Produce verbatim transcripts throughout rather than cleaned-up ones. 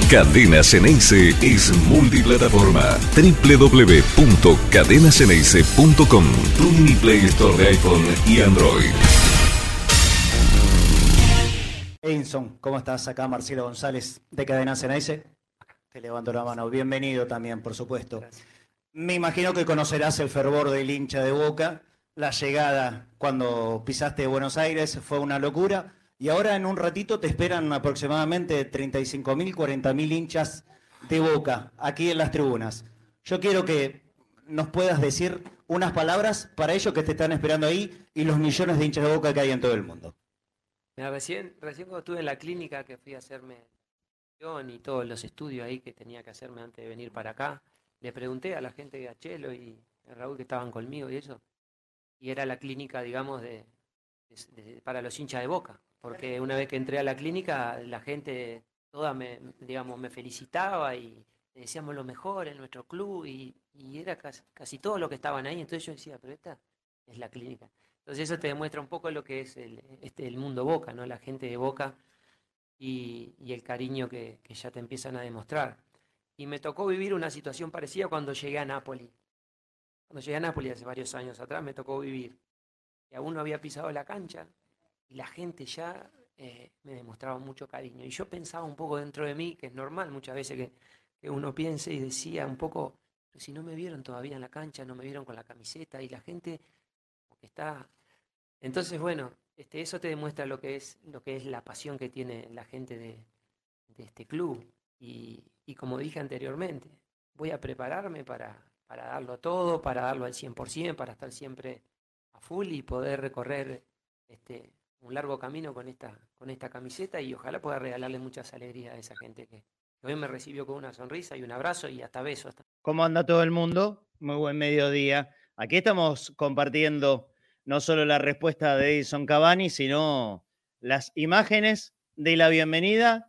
Cadena Ceneice es multiplataforma. doble u doble u doble u punto cadena ceneice punto com. Tu mini Play Store de iPhone y Android. Edinson, ¿cómo estás? Acá Marcelo González de Cadena Ceneice. Te levanto la mano. Bienvenido también, por supuesto. Gracias. Me imagino que conocerás el fervor del hincha de Boca. La llegada cuando pisaste Buenos Aires fue una locura. Y ahora en un ratito te esperan aproximadamente treinta y cinco mil, cuarenta mil hinchas de Boca aquí en las tribunas. Yo quiero que nos puedas decir unas palabras para ellos que te están esperando ahí y los millones de hinchas de Boca que hay en todo el mundo. Mira, recién, recién cuando estuve en la clínica que fui a hacerme y todos los estudios ahí que tenía que hacerme antes de venir para acá, le pregunté a la gente de Achelo y a Raúl que estaban conmigo y eso, y era la clínica, digamos, de, de, de, para los hinchas de Boca. Porque una vez que entré a la clínica, la gente toda me, digamos, me felicitaba y decíamos lo mejor en nuestro club y, y era casi, casi todos los que estaban ahí. Entonces yo decía, pero esta es la clínica. Entonces eso te demuestra un poco lo que es el, este, el mundo Boca, ¿no? La gente de Boca y, y el cariño que, que ya te empiezan a demostrar. Y me tocó vivir una situación parecida cuando llegué a Nápoles. Cuando llegué a Nápoles hace varios años atrás me tocó vivir. Y aún no había pisado la cancha. Y la gente ya eh, me demostraba mucho cariño. Y yo pensaba un poco dentro de mí, que es normal muchas veces que, que uno piense y decía un poco, pero si no me vieron todavía en la cancha, no me vieron con la camiseta y la gente como que está... Entonces, bueno, este, eso te demuestra lo que es, lo que es la pasión que tiene la gente de, de este club. Y, y como dije anteriormente, voy a prepararme para, para darlo todo, para darlo al cien por ciento, para estar siempre a full y poder recorrer... este un largo camino con esta, con esta camiseta y ojalá pueda regalarle muchas alegrías a esa gente que, que hoy me recibió con una sonrisa y un abrazo y hasta besos. ¿Cómo anda todo el mundo? Muy buen mediodía. Aquí estamos compartiendo no solo la respuesta de Edinson Cavani, sino las imágenes de la bienvenida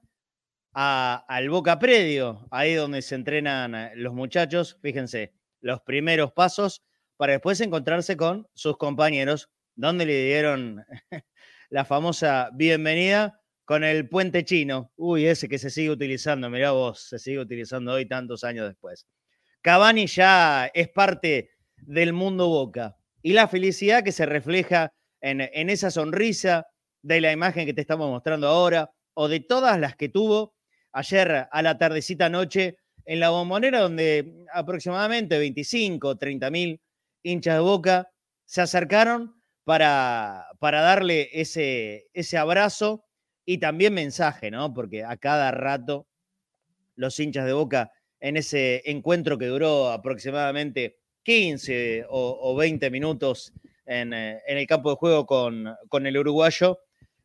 a, al Boca Predio, ahí donde se entrenan los muchachos. Fíjense, los primeros pasos para después encontrarse con sus compañeros, donde le dieron... la famosa bienvenida con el puente chino. Uy, ese que se sigue utilizando, mirá vos, se sigue utilizando hoy tantos años después. Cavani ya es parte del mundo Boca. Y la felicidad que se refleja en, en esa sonrisa de la imagen que te estamos mostrando ahora, o de todas las que tuvo ayer a la tardecita noche en la Bombonera, donde aproximadamente veinticinco, treinta mil hinchas de Boca se acercaron Para, para darle ese, ese abrazo y también mensaje, ¿no? Porque a cada rato los hinchas de Boca en ese encuentro que duró aproximadamente quince o, o veinte minutos en, en el campo de juego con, con el uruguayo,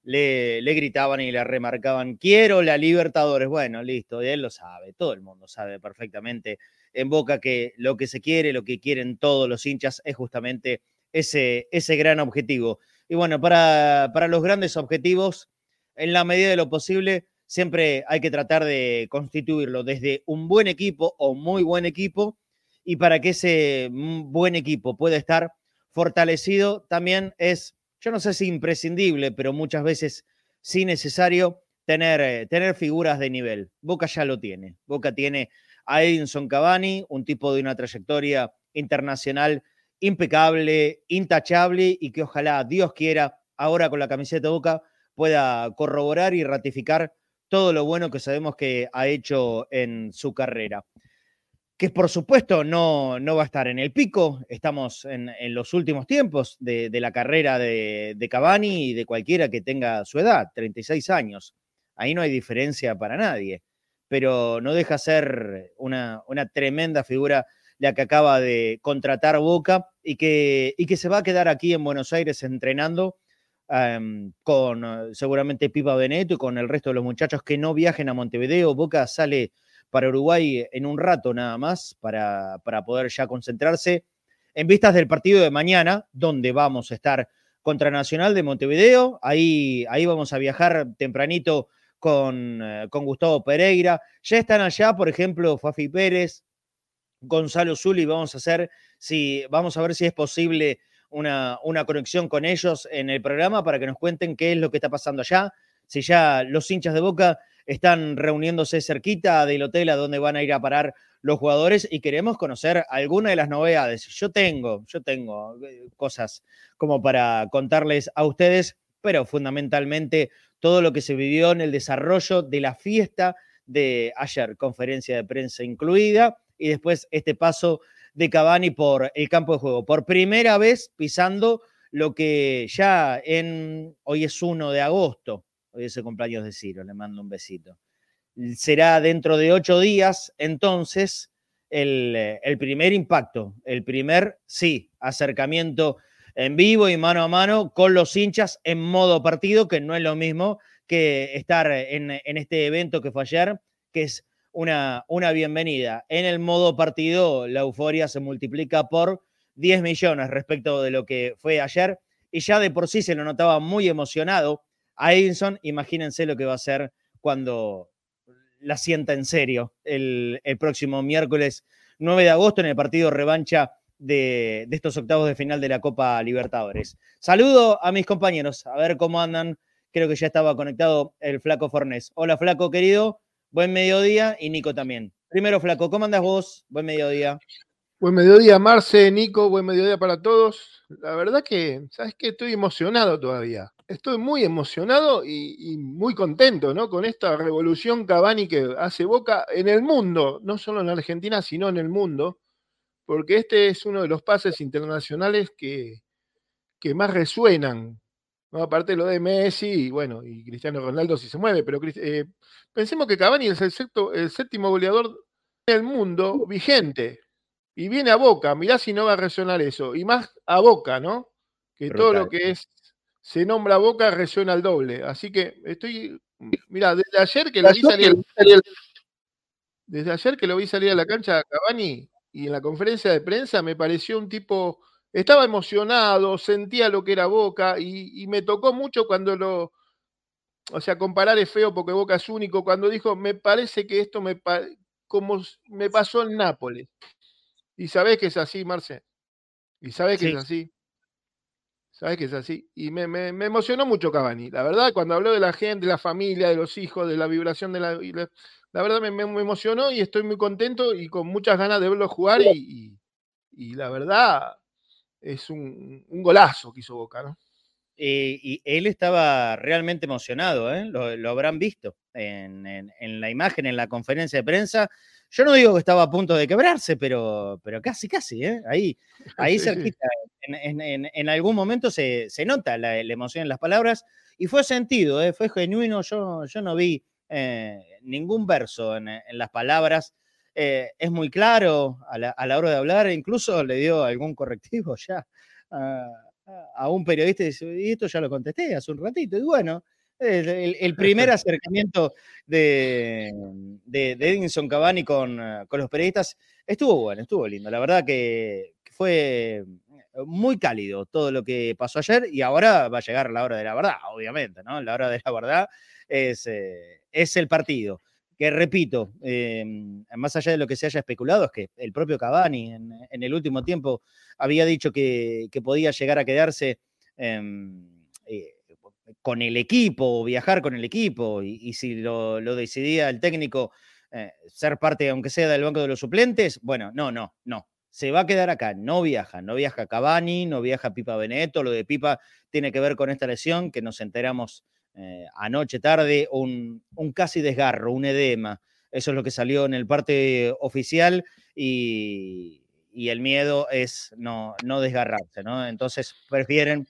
le, le gritaban y le remarcaban, quiero la Libertadores. Bueno, listo, y él lo sabe, todo el mundo sabe perfectamente en Boca que lo que se quiere, lo que quieren todos los hinchas es justamente Ese, ese gran objetivo. Y bueno, para, para los grandes objetivos, en la medida de lo posible, siempre hay que tratar de constituirlo desde un buen equipo o muy buen equipo, y para que ese buen equipo pueda estar fortalecido, también es, yo no sé si imprescindible, pero muchas veces sí necesario tener, tener figuras de nivel. Boca ya lo tiene. Boca tiene a Edinson Cavani, un tipo de una trayectoria internacional impecable, intachable, y que ojalá, Dios quiera, ahora con la camiseta de Boca pueda corroborar y ratificar todo lo bueno que sabemos que ha hecho en su carrera. Que por supuesto no, no va a estar en el pico, estamos en, en los últimos tiempos de, de la carrera de, de Cavani y de cualquiera que tenga su edad, treinta y seis años. Ahí no hay diferencia para nadie, pero no deja ser una, una tremenda figura la que acaba de contratar Boca y que, y que se va a quedar aquí en Buenos Aires entrenando um, con uh, seguramente Pipa Benedetto y con el resto de los muchachos que no viajen a Montevideo. Boca sale para Uruguay en un rato nada más para, para poder ya concentrarse en vistas del partido de mañana, donde vamos a estar contra Nacional de Montevideo. Ahí, ahí vamos a viajar tempranito con, uh, con Gustavo Pereira. Ya están allá, por ejemplo, Fafi Pérez, Gonzalo Zuli. Vamos a hacer, si, vamos a ver si es posible una, una conexión con ellos en el programa para que nos cuenten qué es lo que está pasando allá. si ya los hinchas de Boca están reuniéndose cerquita del hotel a donde van a ir a parar los jugadores y queremos conocer alguna de las novedades. Yo tengo, yo tengo cosas como para contarles a ustedes, pero fundamentalmente todo lo que se vivió en el desarrollo de la fiesta de ayer, conferencia de prensa incluida, y después este paso de Cavani por el campo de juego. Por primera vez pisando lo que ya en, hoy es uno de agosto, hoy es el cumpleaños de Ciro, le mando un besito. Será dentro de ocho días, entonces, el, el primer impacto, el primer, sí, acercamiento en vivo y mano a mano con los hinchas en modo partido, que no es lo mismo que estar en, en este evento que fue ayer, que es una, una bienvenida. En el modo partido, la euforia se multiplica por diez millones respecto de lo que fue ayer, y ya de por sí se lo notaba muy emocionado a Edinson. Imagínense lo que va a hacer cuando la sienta en serio el, el próximo miércoles nueve de agosto en el partido revancha de, de estos octavos de final de la Copa Libertadores. Saludo a mis compañeros, a ver cómo andan. Creo que ya estaba conectado el Flaco Fornés. Hola, Flaco, querido. Buen mediodía, y Nico también. Primero, Flaco, ¿cómo andás vos? Buen mediodía. Buen mediodía, Marce, Nico, buen mediodía para todos. La verdad que, ¿sabes qué? Estoy emocionado todavía. Estoy muy emocionado y, y muy contento, ¿no? Con esta revolución Cavani que hace Boca en el mundo, no solo en Argentina, sino en el mundo, porque este es uno de los pases internacionales que, que más resuenan, ¿no? Aparte de lo de Messi, y bueno, y Cristiano Ronaldo si se mueve, pero eh, pensemos que Cavani es el, sexto, el séptimo goleador del mundo vigente. Y viene a Boca, mirá si no va a resonar eso. Y más a Boca, ¿no? Que Brutal. Todo lo que es se nombra Boca resuena al doble. Así que estoy, mirá, desde ayer que lo vi salir, desde ayer que lo vi salir a la cancha a Cavani y en la conferencia de prensa me pareció un tipo, estaba emocionado, sentía lo que era Boca y, y me tocó mucho cuando lo, o sea, comparar es feo porque Boca es único, cuando dijo, me parece que esto me, como me pasó en Nápoles. Y sabés que es así, Marce. Y sabés que sí. es así. Sabés que es así. Y me, me, me emocionó mucho Cavani. La verdad, cuando habló de la gente, de la familia, de los hijos, de la vibración de la... La, la verdad me, me, me emocionó y estoy muy contento y con muchas ganas de verlo jugar. Y, y, y la verdad, es un, un golazo que hizo Boca, ¿no? Eh, y él estaba realmente emocionado, ¿eh? Lo, lo habrán visto en, en, en la imagen, en la conferencia de prensa. Yo no digo que estaba a punto de quebrarse, pero, pero casi, casi, ¿eh? Ahí, ahí sí, cerquita, sí. En, en, en algún momento se, se nota la, la emoción en las palabras, y fue sentido, ¿eh? Fue genuino. Yo, yo no vi eh, ningún verso en, en las palabras. Eh, es muy claro a la, a la hora de hablar, incluso le dio algún correctivo ya a, a un periodista y dice, y esto ya lo contesté hace un ratito. Y bueno, el, el primer acercamiento de, de, de Edinson Cavani con, con los periodistas estuvo bueno, estuvo lindo. La verdad que fue muy cálido todo lo que pasó ayer, y ahora va a llegar la hora de la verdad, obviamente, ¿no? La hora de la verdad es, eh, es el partido. Que repito, eh, más allá de lo que se haya especulado, es que el propio Cavani en, en el último tiempo había dicho que, que podía llegar a quedarse eh, eh, con el equipo, viajar con el equipo, y, y si lo, lo decidía el técnico, eh, ser parte, aunque sea del banco de los suplentes, bueno, no, no, no. Se va a quedar acá, no viaja, no viaja Cavani, no viaja Pipa Benedetto. Lo de Pipa tiene que ver con esta lesión que nos enteramos Eh, anoche tarde, un, un casi desgarro, un edema. Eso es lo que salió en el parte oficial, y, y el miedo es no, no desgarrarse, ¿no? Entonces prefieren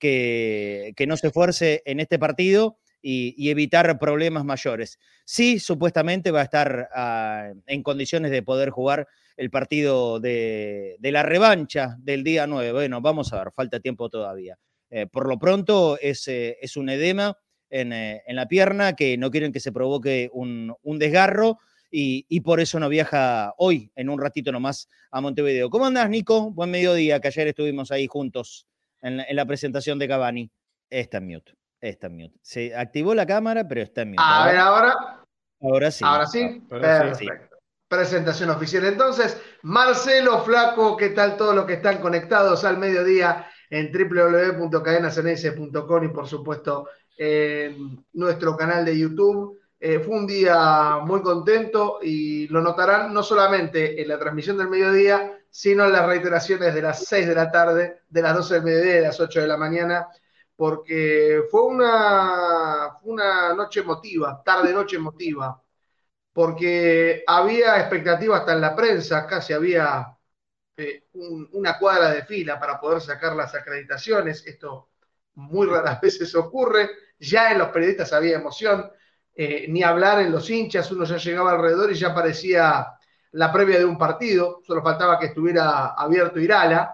que, que no se esfuerce en este partido y, y evitar problemas mayores. Sí, supuestamente va a estar uh, en condiciones de poder jugar el partido de, de la revancha del día nueve. Bueno, vamos a ver, falta tiempo todavía. Eh, por lo pronto es, eh, es un edema En, eh, en la pierna, que no quieren que se provoque un, un desgarro, y, y por eso no viaja hoy, en un ratito nomás, a Montevideo. ¿Cómo andás, Nico? Buen mediodía, que ayer estuvimos ahí juntos en, en la presentación de Cavani. Está en mute, está en mute. Se activó la cámara, pero está en mute. A ver, ahora. Ahora sí. Ahora sí, ahora perfecto. Sí. Presentación oficial entonces. Marcelo, Flaco, ¿qué tal todos los que están conectados al mediodía en doble u doble u doble u punto cadena ceneice punto com y por supuesto en nuestro canal de YouTube. Eh, fue un día muy contento y lo notarán no solamente en la transmisión del mediodía, sino en las reiteraciones de las seis de la tarde, de las doce del mediodía y de las ocho de la mañana, porque fue una, una noche emotiva, tarde-noche emotiva, porque había expectativa hasta en la prensa, casi había eh, un, una cuadra de fila para poder sacar las acreditaciones. Esto muy raras veces ocurre. Ya en los periodistas había emoción, eh, ni hablar en los hinchas, uno ya llegaba alrededor y ya parecía la previa de un partido, solo faltaba que estuviera abierto Irala.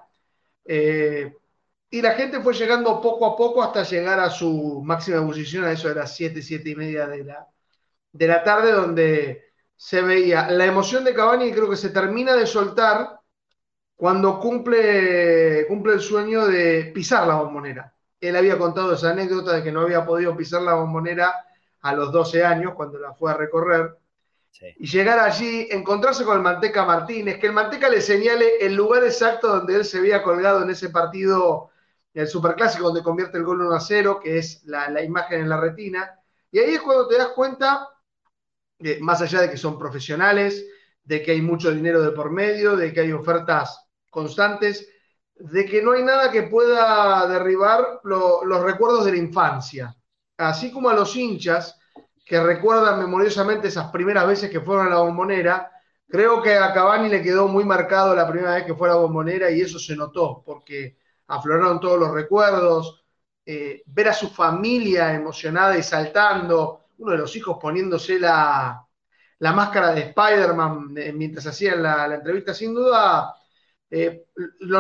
Eh, y la gente fue llegando poco a poco hasta llegar a su máxima ebullición, a eso de las siete, siete y media de la, de la tarde, donde se veía la emoción de Cavani, y creo que se termina de soltar cuando cumple, cumple el sueño de pisar la Bombonera. Él había contado esa anécdota de que no había podido pisar la Bombonera a los doce años, cuando la fue a recorrer, sí. Y llegar allí, encontrarse con el Manteca Martínez, que el Manteca le señale el lugar exacto donde él se había colgado en ese partido, el Superclásico, donde convierte el gol uno a cero, que es la, la imagen en la retina. Y ahí es cuando te das cuenta, eh, más allá de que son profesionales, de que hay mucho dinero de por medio, de que hay ofertas constantes, de que no hay nada que pueda derribar lo, los recuerdos de la infancia. Así como a los hinchas que recuerdan memoriosamente esas primeras veces que fueron a la Bombonera, creo que a Cavani le quedó muy marcado la primera vez que fue a la Bombonera, y eso se notó, porque afloraron todos los recuerdos, eh, ver a su familia emocionada y saltando, uno de los hijos poniéndose la, la máscara de Spider-Man eh, mientras hacían la, la entrevista, sin duda, eh, lo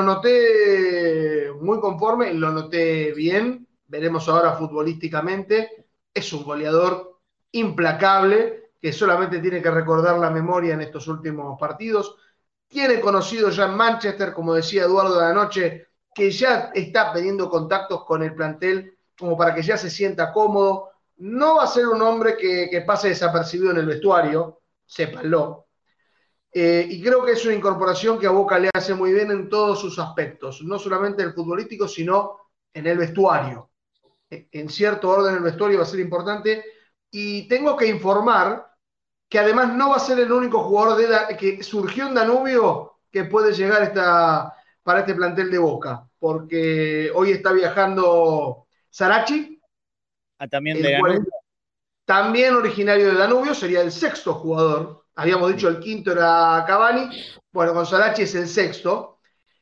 noté muy conforme, lo noté bien, veremos ahora futbolísticamente, es un goleador implacable, que solamente tiene que recordar la memoria en estos últimos partidos. Tiene conocido ya en Manchester, como decía Eduardo de la noche, que ya está pidiendo contactos con el plantel como para que ya se sienta cómodo. No va a ser un hombre que, que pase desapercibido en el vestuario, sépanlo. Eh, y creo que es una incorporación que a Boca le hace muy bien en todos sus aspectos, no solamente el futbolístico, sino en el vestuario. En cierto orden el vestuario va a ser importante. Y tengo que informar que además no va a ser el único jugador de da- que surgió en Danubio que puede llegar esta, para este plantel de Boca, porque hoy está viajando Sarachi, Ah, también de el cual es Danubio. también originario de Danubio, sería el sexto jugador. Habíamos dicho el quinto era Cavani, bueno, con Sarachi es el sexto.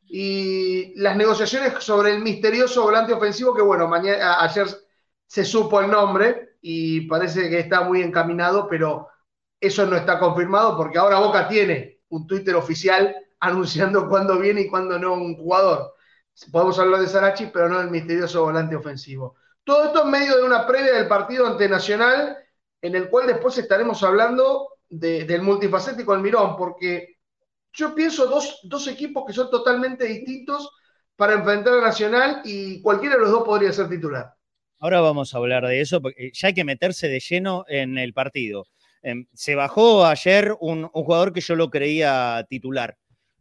Y las negociaciones sobre el misterioso volante ofensivo, que bueno, mañana, ayer se supo el nombre y parece que está muy encaminado, pero eso no está confirmado porque ahora Boca tiene un Twitter oficial anunciando cuándo viene y cuándo no un jugador. Podemos hablar de Sarachi, pero no del misterioso volante ofensivo. Todo esto en medio de una previa del partido ante Nacional, en el cual después estaremos hablando de, del multifacético Almirón, porque yo pienso dos, dos equipos que son totalmente distintos para enfrentar a Nacional, y cualquiera de los dos podría ser titular. Ahora vamos a hablar de eso, porque ya hay que meterse de lleno en el partido. Eh, se bajó ayer un, un jugador que yo lo creía titular.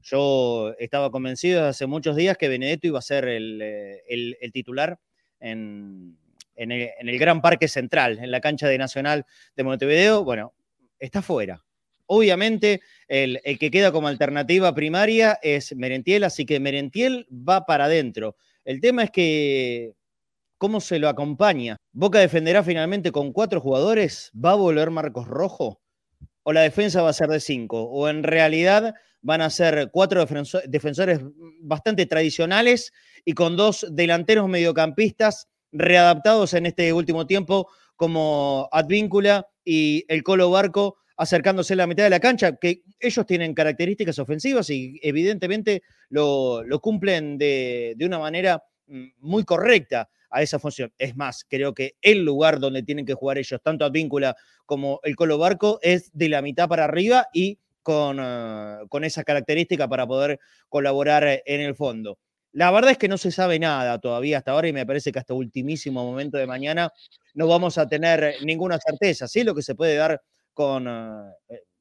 Yo estaba convencido desde hace muchos días que Benedetto iba a ser el, el, el titular en, en, el, en el Gran Parque Central, en la cancha de Nacional de Montevideo. Bueno, está fuera. Obviamente, el, el que queda como alternativa primaria es Merentiel, así que Merentiel va para adentro. El tema es que ¿cómo se lo acompaña? ¿Boca defenderá finalmente con cuatro jugadores? ¿Va a volver Marcos Rojo? ¿O la defensa va a ser de cinco? ¿O en realidad van a ser cuatro defensores bastante tradicionales y con dos delanteros mediocampistas readaptados en este último tiempo como Advíncula y el Colo Barco acercándose a la mitad de la cancha, que ellos tienen características ofensivas y evidentemente lo, lo cumplen de, de una manera muy correcta a esa función? Es más, creo que el lugar donde tienen que jugar ellos, tanto Advíncula como el Colo Barco, es de la mitad para arriba y con, uh, con esa característica para poder colaborar en el fondo. La verdad es que no se sabe nada todavía hasta ahora y me parece que hasta ultimísimo momento de mañana no vamos a tener ninguna certeza. Sí, lo que se puede dar con, uh,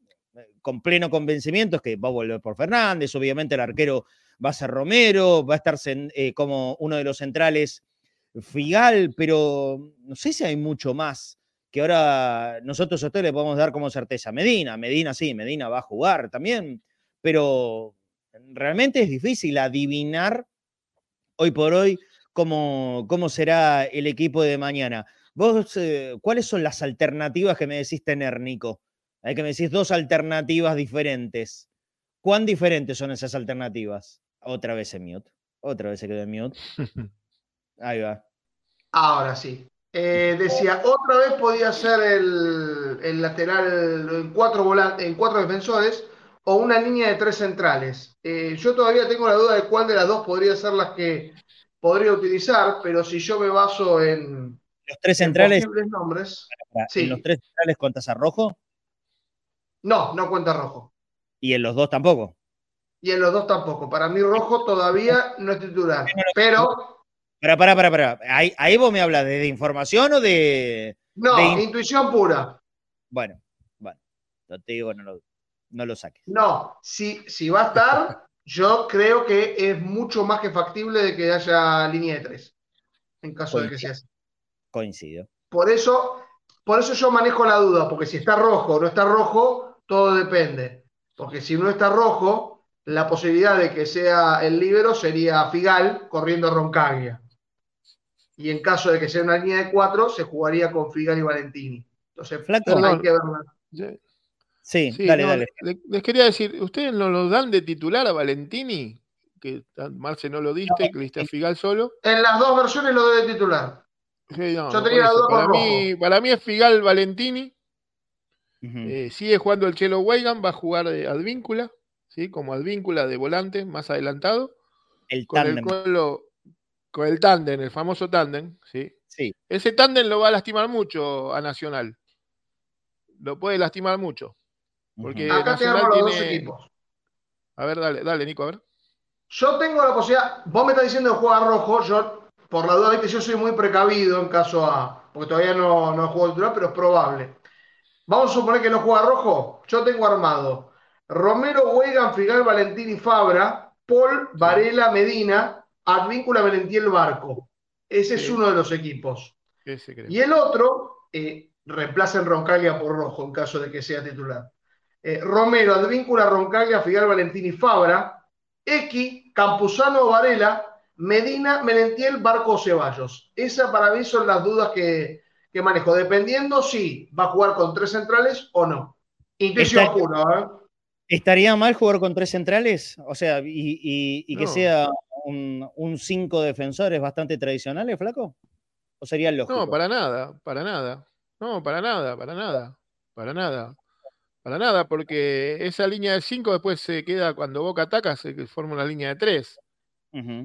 con pleno convencimiento es que va a volver por Fernández, obviamente el arquero va a ser Romero, va a estar eh, como uno de los centrales Figal, pero no sé si hay mucho más que ahora nosotros a usted le podemos dar como certeza. Medina, Medina sí, Medina va a jugar también, pero realmente es difícil adivinar hoy por hoy cómo, cómo será el equipo de mañana. Vos, eh, ¿cuáles son las alternativas que me decís tener, Nico? Hay que me decís dos alternativas diferentes. ¿Cuán diferentes son esas alternativas? Otra vez en mute. Otra vez se quedó en mute. Ahí va. Ahora sí. Eh, decía, otra vez podía ser el, el lateral en cuatro, volantes, en cuatro defensores o una línea de tres centrales. Eh, yo todavía tengo la duda de cuál de las dos podría ser las que podría utilizar, pero si yo me baso en, Los tres en centrales. posibles nombres. ¿En los Sí. tres centrales cuentas a Rojo? No, no cuenta Rojo. ¿Y en los dos tampoco? Y en los dos tampoco. Para mí Rojo todavía no es titular. Pero... Para, para, para, para. ¿Ahí, ahí vos me hablas de información o de...? No, de in... intuición pura. Bueno, bueno. No te digo, no lo, no lo saques. No, si, si va a estar, yo creo que es mucho más que factible de que haya línea de tres. En caso Coincido. de que sea así. Coincido. Por eso, por eso yo manejo la duda, porque si está rojo o no está rojo, todo depende. Porque si no está rojo, la posibilidad de que sea el líbero sería Figal corriendo a Roncaglia. Y en caso de que sea una línea de cuatro, se jugaría con Figal y Valentini. Entonces, Flaco, hay Perdón. que verla. Sí, Sí, dale, no, dale. le- les quería decir, ¿ustedes no lo dan de titular a Valentini? Que a Marce no lo diste, que le diste a Figal solo. En las dos versiones lo doy de titular. Sí, no, Yo no, tenía por la eso. duda Para con mí, Rojo. para mí es Figal Valentini. Uh-huh. Eh, sigue jugando el Chelo Weigan, va a jugar de Advíncula, ¿sí? Como Advíncula de volante, más adelantado. El Con tándem. el Colo, con el tándem, el famoso tándem, ¿sí? Sí. Ese tándem lo va a lastimar mucho a Nacional. Lo puede lastimar mucho. Porque Uh-huh. Acá Nacional tenemos los tiene... dos equipos. A ver, dale, dale, Nico, a ver. Yo tengo la posibilidad, vos me estás diciendo que juega Rojo, yo, por la duda, viste, yo soy muy precavido en caso a, porque todavía no, no juego titular, pero es probable. Vamos a suponer que no juega Rojo, yo tengo armado Romero, Weigan, Figal, Valentín y Fabra, Paul, Sí. Varela, Medina, Advíncula, Valentiel, Barco. Ese Sí. es uno de los equipos. Ese creo. Y el otro, eh, reemplacen Roncaglia por Rojo en caso de que sea titular. Eh, Romero, Advíncula, Roncaglia, Figal, Valentín y Fabra, X, Campuzano, Varela, Medina, Melentiel, Barco, Ceballos. Esas para mí son las dudas que, que manejo, dependiendo si va a jugar con tres centrales o no. Intuición Estaría, pura, ¿eh? ¿Estaría mal jugar con tres centrales? O sea, y, y, y que No. sea un, un cinco defensores bastante tradicionales, Flaco. ¿O sería lógico? No, para nada, para nada. No, para nada, para nada, para nada. Para nada, porque esa línea de cinco después se queda, cuando Boca ataca, se forma una línea de tres. Uh-huh.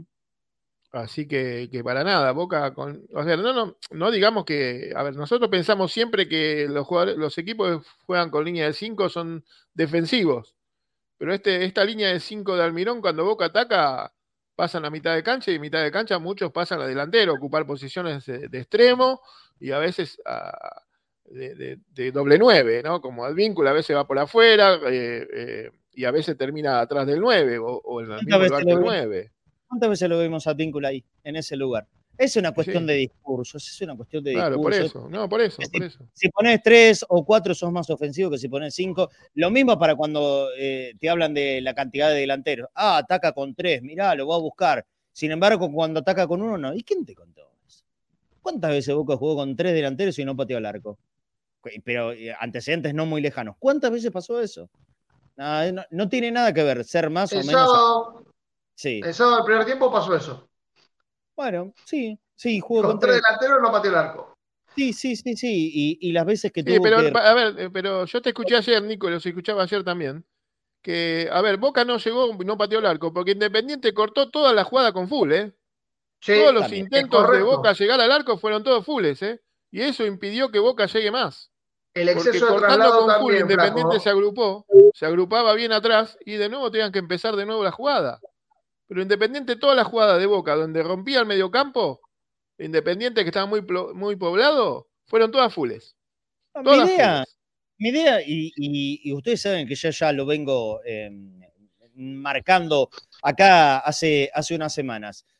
Así que, que para nada, Boca con. O sea, no, no, no digamos que. A ver, nosotros pensamos siempre que los jugadores, los equipos que juegan con línea de cinco son defensivos. Pero este, esta línea de cinco de Almirón, cuando Boca ataca, pasan a mitad de cancha y mitad de cancha muchos pasan a delantero, ocupar posiciones de, de extremo y a veces a, de, de, de doble nueve, ¿no? Como Advíncula, a veces va por afuera eh, eh, y a veces termina atrás del nueve o, o en el mismo lugar que el nueve. ¿Cuántas veces lo vimos a Advíncula ahí, en ese lugar? Es una cuestión sí. de discursos, es una cuestión de claro, discursos. Por eso, no, por eso, si, por eso. Si pones tres o cuatro sos más ofensivo que si pones cinco. Lo mismo para cuando eh, te hablan de la cantidad de delanteros. Ah, ataca con tres, mirá, lo voy a buscar. Sin embargo, cuando ataca con uno, no. ¿Y quién te contó eso? ¿Cuántas veces Boca jugó con tres delanteros y no pateó al arco? Pero eh, antecedentes no muy lejanos. ¿Cuántas veces pasó eso? No, no, no tiene nada que ver ser más el o menos... Sábado, sí. El sábado del primer tiempo pasó eso. Bueno, sí, sí, jugó con, con tres delanteros no pateó el arco. Sí, sí, sí, sí. Y, y las veces que sí, tuvo pero, que... A ver, pero yo te escuché ayer, Nico, los escuchaba ayer también. Que, a ver, Boca no llegó, no pateó el arco, porque Independiente cortó toda la jugada con full, ¿eh? Sí, todos los también, intentos de Boca llegar al arco fueron todos fulles, ¿eh? Y eso impidió que Boca llegue más. El exceso porque de traslado con también, full, Independiente flaco. se agrupó, se agrupaba bien atrás y de nuevo tenían que empezar de nuevo la jugada. Pero Independiente, toda la jugada de Boca, donde rompía el mediocampo, Independiente que estaba muy, muy poblado, fueron todas fulles. No, todas mi idea, fulles. Mi idea y, y, y ustedes saben que yo ya lo vengo eh, marcando acá hace, hace unas semanas.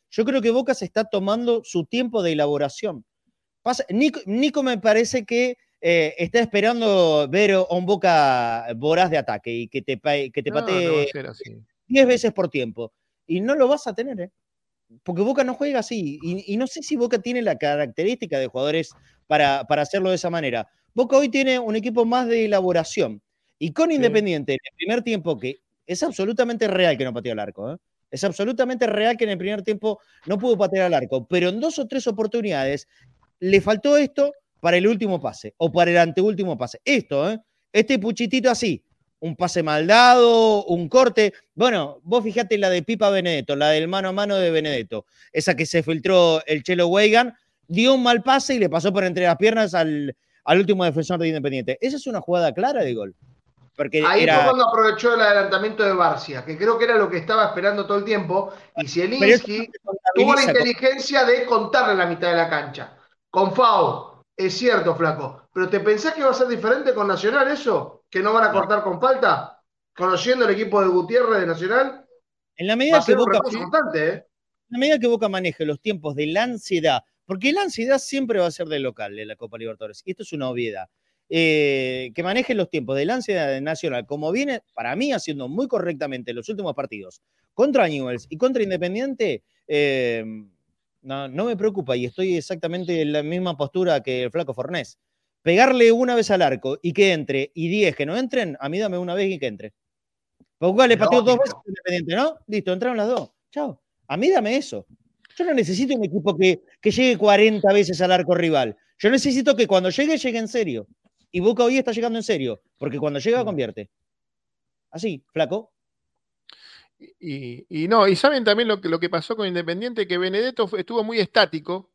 Yo creo que Boca se está tomando su tiempo de elaboración. Pasa, Nico, Nico me parece que eh, está esperando ver a un Boca voraz de ataque y que te, que te No, no va patee a ser así. diez veces por tiempo. Y no lo vas a tener, ¿eh? Porque Boca no juega así. Y, y no sé si Boca tiene la característica de jugadores para, para hacerlo de esa manera. Boca hoy tiene un equipo más de elaboración. Y con Independiente, en el primer tiempo, que es absolutamente real que no pateó el arco, ¿eh? Es absolutamente real que en el primer tiempo no pudo patear al arco, pero en dos o tres oportunidades le faltó esto para el último pase, o para el anteúltimo pase. Esto, ¿eh? Este puchitito así, un pase mal dado, un corte. Bueno, vos fijate la de Pipa Benedetto, la del mano a mano de Benedetto, esa que se filtró el Chelo Weigan, dio un mal pase y le pasó por entre las piernas al, al último defensor de Independiente. Esa es una jugada clara de gol. Porque Ahí era... fue cuando aprovechó el adelantamiento de Barcia, que creo que era lo que estaba esperando todo el tiempo, y Zielinski tuvo la inteligencia de contarle la mitad de la cancha. Con Fau, es cierto, flaco, pero ¿te pensás que va a ser diferente con Nacional eso? ¿Que no van a cortar con falta? Conociendo el equipo de Gutiérrez de Nacional, en la medida va a ser que un Boca, recurso constante, ¿eh? En la medida que Boca maneje los tiempos de la ansiedad, porque la ansiedad siempre va a ser del local de la Copa Libertadores, y esto es una obviedad. Eh, que maneje los tiempos de la ansiedad de Nacional, como viene para mí haciendo muy correctamente en los últimos partidos contra Newell's y contra Independiente, eh, no, no me preocupa y estoy exactamente en la misma postura que el flaco Fornés. Pegarle una vez al arco y que entre y diez que no entren, a mí dame una vez y que entre. Boca le pateó dos veces a Independiente, ¿no? Listo, entraron las dos. Chao. A mí dame eso. Yo no necesito un equipo que, que llegue cuarenta veces al arco rival. Yo necesito que cuando llegue, llegue en serio. Y Boca hoy está llegando en serio, porque cuando llega convierte. Así, flaco. Y, y no, y saben también lo que, lo que pasó con Independiente, que Benedetto fue, estuvo muy estático,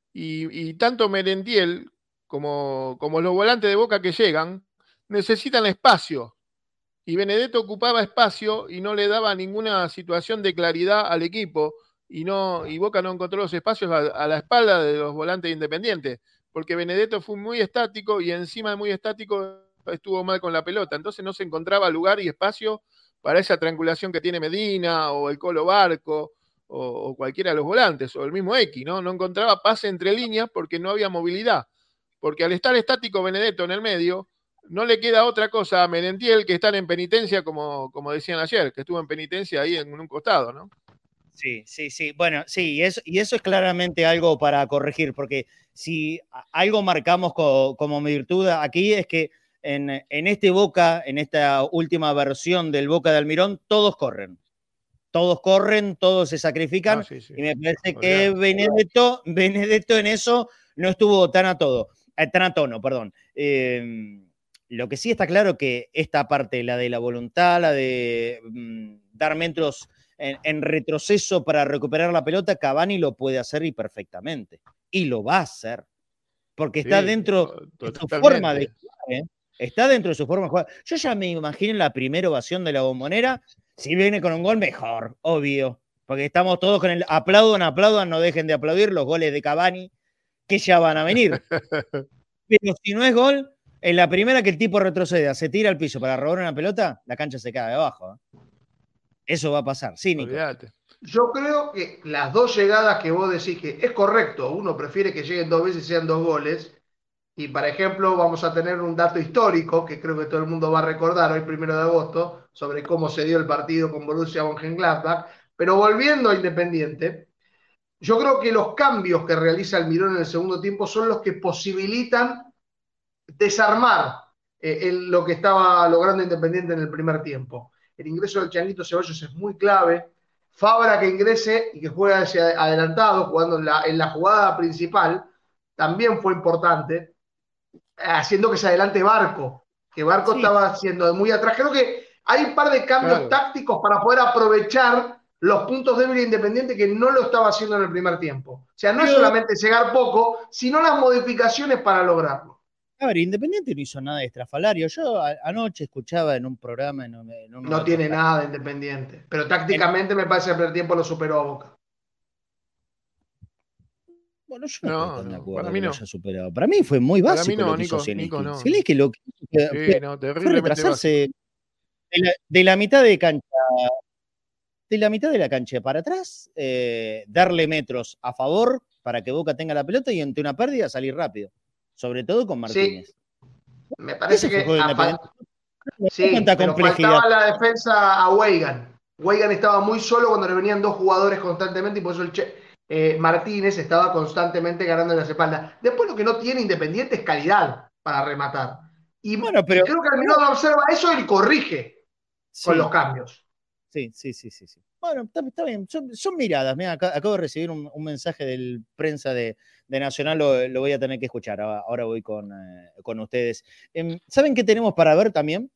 y, y tanto Merentiel como, como los volantes de Boca que llegan, necesitan espacio. Y Benedetto ocupaba espacio y no le daba ninguna situación de claridad al equipo, y, no, y Boca no encontró los espacios a, a la espalda de los volantes de Independiente, porque Benedetto fue muy estático y encima de muy estático estuvo mal con la pelota, entonces no se encontraba lugar y espacio para esa triangulación que tiene Medina o el Colo Barco o, o cualquiera de los volantes o el mismo X, ¿no? No encontraba pase entre líneas porque no había movilidad, porque al estar estático Benedetto en el medio no le queda otra cosa a Merentiel que estar en penitencia, como, como decían ayer, que estuvo en penitencia ahí en un costado, ¿no? Sí, sí, sí. Bueno, sí, y eso, y eso es claramente algo para corregir, porque si algo marcamos co, como virtud aquí es que en, en este Boca, en esta última versión del Boca de Almirón, todos corren. Todos corren, todos se sacrifican, ah, sí, sí. Y me parece que Benedetto, Benedetto en eso no estuvo tan a todo, eh, tan a tono, perdón. Eh, lo que sí está claro que esta parte, la de la voluntad, la de mm, dar metros En, en retroceso para recuperar la pelota, Cavani lo puede hacer y perfectamente. Y lo va a hacer. Porque está sí, dentro de su forma de jugar, ¿eh? Está dentro de su forma de jugar. Yo ya me imagino la primera ovación de la Bombonera. Si viene con un gol, mejor, obvio. Porque estamos todos con el aplaudan, aplaudan, no dejen de aplaudir los goles de Cavani, que ya van a venir. Pero si no es gol, en la primera que el tipo retroceda, se tira al piso para robar una pelota, la cancha se cae de abajo, ¿eh? Eso va a pasar, sí, Nico. Olvídate. Yo creo que las dos llegadas que vos decís que es correcto, uno prefiere que lleguen dos veces y sean dos goles, y por ejemplo vamos a tener un dato histórico que creo que todo el mundo va a recordar hoy primero de agosto, sobre cómo se dio el partido con Borussia Mönchengladbach, pero volviendo a Independiente, yo creo que los cambios que realiza Almirón en el segundo tiempo son los que posibilitan desarmar eh, el, lo que estaba logrando Independiente en el primer tiempo. El ingreso del Changuito Ceballos es muy clave. Fabra que ingrese y que juegue hacia adelantado, jugando en la, en la jugada principal, también fue importante, haciendo que se adelante Barco, que Barco sí. estaba haciendo muy atrás. Creo que hay un par de cambios claro. tácticos para poder aprovechar los puntos débiles de Independiente que no lo estaba haciendo en el primer tiempo. O sea, no Pero... es solamente llegar poco, sino las modificaciones para lograrlo. A ver, Independiente no hizo nada de estrafalario. Yo a, anoche escuchaba en un programa... En un, en un no tiene programa. nada de Independiente. Pero tácticamente en... me parece que el primer tiempo lo superó a Boca. Bueno, yo no, no estoy tan de acuerdo para mí no. Lo haya superado. Para mí fue muy básico para mí no, lo que Nico, hizo Nico, no. Si que lo que hizo fue, sí, no, fue retrasarse de la, de la mitad de cancha. de la mitad de la cancha para atrás, eh, darle metros a favor para que Boca tenga la pelota y ante una pérdida salir rápido. Sobre todo con Martínez. Sí, me parece Ese fue el que juego a Independiente. fal- No sí, tanta pero complejidad. faltaba la defensa a Weigan. Weigan estaba muy solo cuando le venían dos jugadores constantemente y por eso el che, eh, Martínez estaba constantemente ganando en las espaldas. Después lo que no tiene Independiente es calidad para rematar. Y, Bueno, y pero creo que Almirón observa eso y corrige con los sí, cambios. sí, sí, sí, sí, sí. Bueno, está, está bien. Son, son miradas. Mira, acá- acabo de recibir un, un mensaje del prensa de, de Nacional, lo, lo voy a tener que escuchar. Ahora, ahora voy con, eh, con ustedes. Em, ¿Saben qué tenemos para ver también?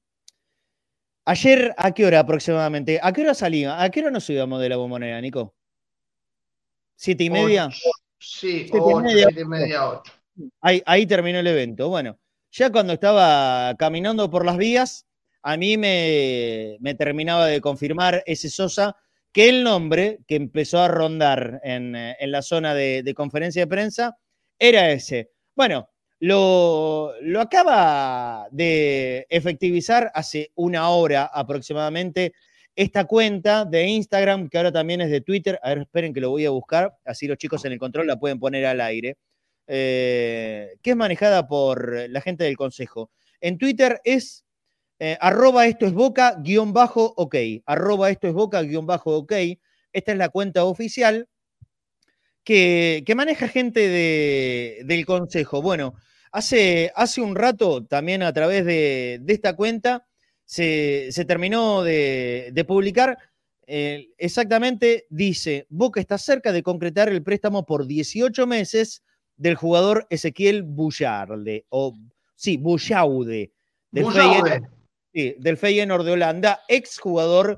Ayer, ¿a qué hora aproximadamente? ¿A qué hora salíamos? ¿A qué hora nos íbamos de la Bombonera, Nico? ¿Siete y media? Ocho, sí, Siete y ocho, media. siete y media, ocho. Ahí, ahí terminó el evento. Bueno, ya cuando estaba caminando por las vías, a mí me, me terminaba de confirmar ese Sosa que el nombre que empezó a rondar en, eh, en la zona de, de conferencia de prensa era ese. Bueno, lo, lo acaba de efectivizar hace una hora aproximadamente esta cuenta de Instagram, que ahora también es de Twitter. A ver, esperen que lo voy a buscar, así los chicos en el control la pueden poner al aire. Eh, que es manejada por la gente del Consejo. En Twitter es eh, arroba esto es boca guión bajo ok. Arroba esto es boca guión bajo ok. Esta es la cuenta oficial que, que maneja gente de, del Consejo. Bueno, hace, hace un rato también a través de, de esta cuenta se, se terminó de, de publicar. Eh, exactamente dice: Boca está cerca de concretar el préstamo por dieciocho meses del jugador Ezequiel Boucharde, o sí, Bouchaude, del Feyenoord, sí, del Feyenoord de Holanda, ex jugador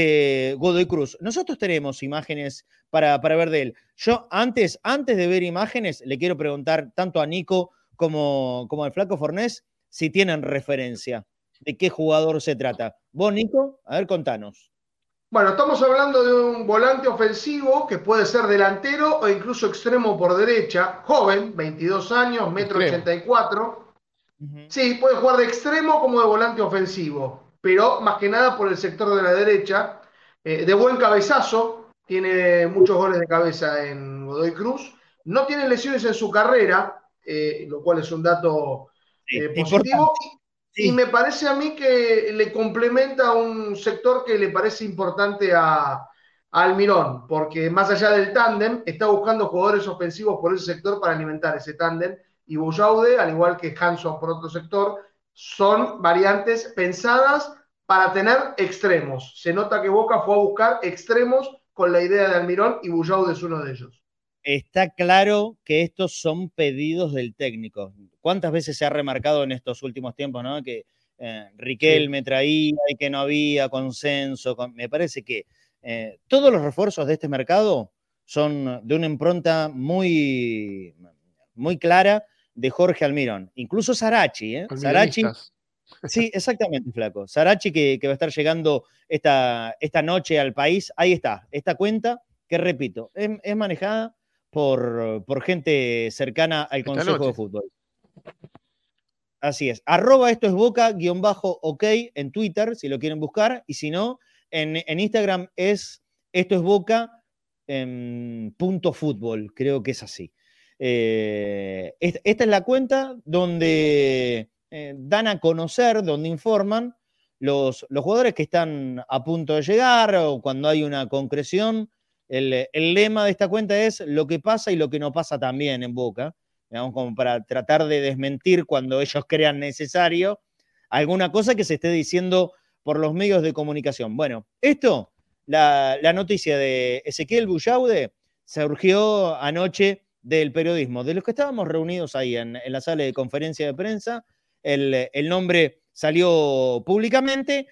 de Godoy Cruz. Nosotros tenemos imágenes para, para ver de él. Yo antes, antes de ver imágenes, le quiero preguntar tanto a Nico como, como al Flaco Fornés si tienen referencia de qué jugador se trata. Vos, Nico, a ver, contanos. Bueno, estamos hablando de un volante ofensivo que puede ser delantero o incluso extremo por derecha, joven, veintidós años, metro ochenta y cuatro. Uh-huh. Sí, puede jugar de extremo como de volante ofensivo, pero más que nada por el sector de la derecha, eh, de buen cabezazo, tiene muchos goles de cabeza en Godoy Cruz, no tiene lesiones en su carrera, eh, lo cual es un dato eh, sí, positivo. Sí. Y me parece a mí que le complementa un sector que le parece importante a, a Almirón, porque más allá del tándem, está buscando jugadores ofensivos por ese sector para alimentar ese tándem, y Bouchaude, al igual que Hanson por otro sector, son variantes pensadas para tener extremos. Se nota que Boca fue a buscar extremos con la idea de Almirón y Bouchaude es uno de ellos. Está claro que estos son pedidos del técnico. ¿Cuántas veces se ha remarcado en estos últimos tiempos, ¿no? Que eh, Riquelme sí. traía y que no había consenso? Con... Me parece que eh, todos los refuerzos de este mercado son de una impronta muy, muy clara de Jorge Almirón. Incluso Sarachi, ¿eh? Sarachi. Sí, exactamente, Flaco. Sarachi que, que va a estar llegando esta, esta noche al país. Ahí está, esta cuenta que, repito, es, es manejada Por, por gente cercana al Esta Consejo noche. de Fútbol. Así es. Arroba esto es boca, guión bajo, ok, en Twitter, si lo quieren buscar, y si no, en, en Instagram es esto es boca, eh, punto fútbol, creo que es así. Eh, esta, esta es la cuenta donde eh, dan a conocer, donde informan los, los jugadores que están a punto de llegar o cuando hay una concreción. El, el lema de esta cuenta es lo que pasa y lo que no pasa también en Boca, digamos, como para tratar de desmentir cuando ellos crean necesario alguna cosa que se esté diciendo por los medios de comunicación. Bueno, esto, la, la noticia de Ezequiel Bouchaude surgió anoche del periodismo, de los que estábamos reunidos ahí en, en la sala de conferencia de prensa. El, el nombre salió públicamente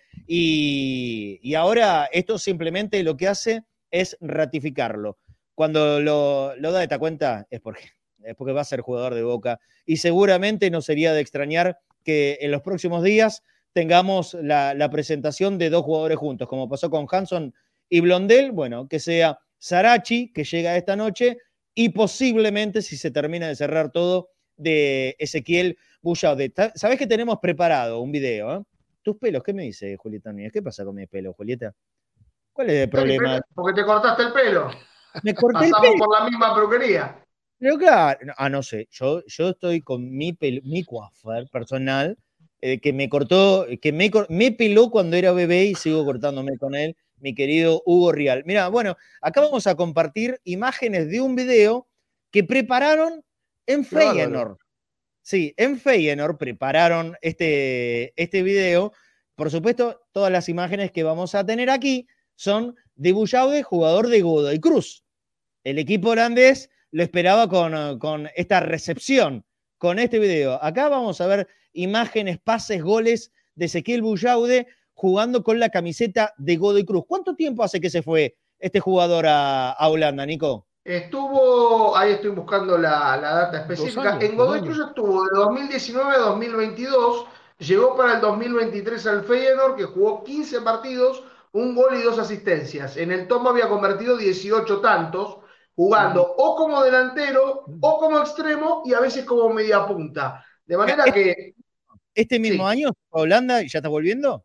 y, y ahora esto simplemente lo que hace es ratificarlo. Cuando lo, lo da esta cuenta es porque, es porque va a ser jugador de Boca y seguramente no sería de extrañar que en los próximos días tengamos la, la presentación de dos jugadores juntos, como pasó con Hanson y Blondel. Bueno, que sea Sarachi, que llega esta noche, y posiblemente, si se termina de cerrar todo, de Ezequiel Bouchaude. ¿Sabés que tenemos preparado un video? ¿eh? Tus pelos, ¿qué me dice Julieta Núñez? ¿Qué pasa con mis pelos, Julieta? ¿Cuál es el problema? Porque te cortaste el pelo. Me corté el Pasamos pelo. por la misma peluquería. Pero claro, no, ah, no sé, yo, yo estoy con mi, pel, mi coafer personal, eh, que me cortó, que me, me peló cuando era bebé y sigo cortándome con él, mi querido Hugo Rial. Mira, bueno, acá vamos a compartir imágenes de un video que prepararon en Feyenoord. Sí, en Feyenoord prepararon este, este video. Por supuesto, todas las imágenes que vamos a tener aquí son de Boujoude, jugador de Godoy Cruz. El equipo holandés lo esperaba con, con esta recepción, con este video. Acá vamos a ver imágenes, pases, goles de Ezequiel Boujoude jugando con la camiseta de Godoy Cruz. ¿Cuánto tiempo hace que se fue este jugador a, a Holanda, Nico? Estuvo, ahí estoy buscando la, la data específica. Años, en Godoy Cruz estuvo de dos mil diecinueve a dos mil veintidós, llegó para el dos mil veintitrés al Feyenoord, que jugó quince partidos, un gol y dos asistencias. En el Tomo había convertido dieciocho tantos, jugando o como delantero o como extremo y a veces como media punta. De manera que... ¿Este mismo sí. año a Holanda y ya está volviendo?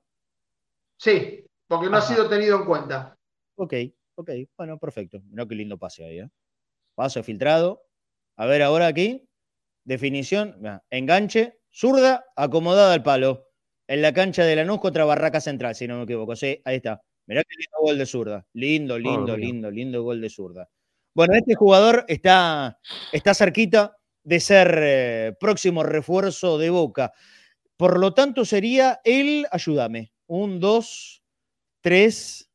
Sí, porque no Ajá. ha sido tenido en cuenta. Ok, ok, bueno, perfecto. Mirá qué lindo pase ahí, ¿eh? Paso filtrado. A ver ahora aquí. Definición, mirá, enganche, zurda, acomodada al palo. En la cancha de Lanús contra Barraca Central, si no me equivoco. Sí, ahí está. Mirá qué lindo gol de zurda. Lindo, lindo, oh, lindo, lindo gol de zurda. Bueno, este jugador está, está cerquita de ser eh, próximo refuerzo de Boca. Por lo tanto, sería el, ayúdame, un, dos, tres,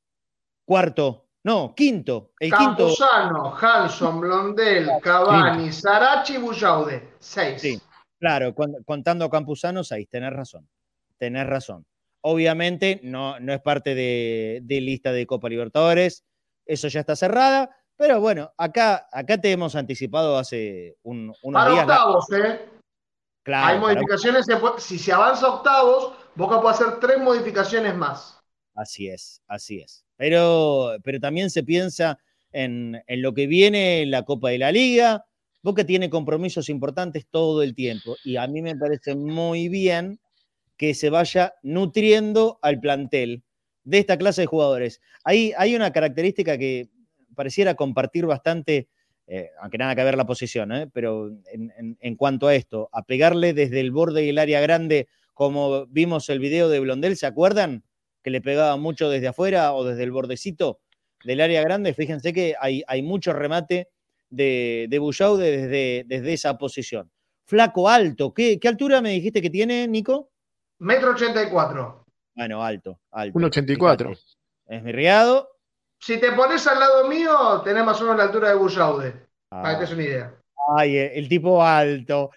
cuarto, no, quinto. El Campuzano, quinto. Hanson, Blondel, Cavani, Sarachi y Boujoude. Seis. Sí, claro, contando a Campuzano, seis, tenés razón. Tenés razón. Obviamente no, no es parte de, de lista de Copa Libertadores, eso ya está cerrada, pero bueno, acá, acá te hemos anticipado hace un, unos para días. Para octavos, la... ¿eh? Claro, hay modificaciones, para... si se avanza a octavos, Boca puede hacer tres modificaciones más. Así es, así es. Pero, pero también se piensa en, en lo que viene la Copa de la Liga. Boca tiene compromisos importantes todo el tiempo y a mí me parece muy bien que se vaya nutriendo al plantel de esta clase de jugadores. Hay, hay una característica que pareciera compartir bastante, eh, aunque nada que ver la posición, ¿eh? pero en, en, en cuanto a esto, a pegarle desde el borde del área grande, como vimos el video de Blondel, ¿se acuerdan? Que le pegaba mucho desde afuera o desde el bordecito del área grande. Fíjense que hay, hay mucho remate de, de Boujoude desde, desde esa posición. Flaco, alto. ¿Qué, ¿Qué altura me dijiste que tiene, Nico? Metro ochenta y cuatro. Bueno, alto, alto. Un ochenta y cuatro. Es mi riado. Si te pones al lado mío, tenés más o menos la altura de Boujoude. Ah. Para que te des una idea. Ay, el tipo alto.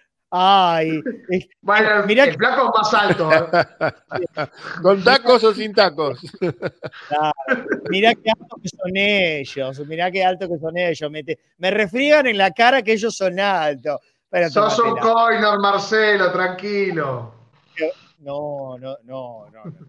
Ay. Es, bueno, el, mirá el flaco es más alto. ¿eh? ¿Con tacos o sin tacos? Claro. Mirá qué alto que son ellos. Mirá qué alto que son ellos. Me, te, me refriegan en la cara que ellos son altos. Pero sos un coinor, Marcelo, tranquilo. No, no, no, no, no. No,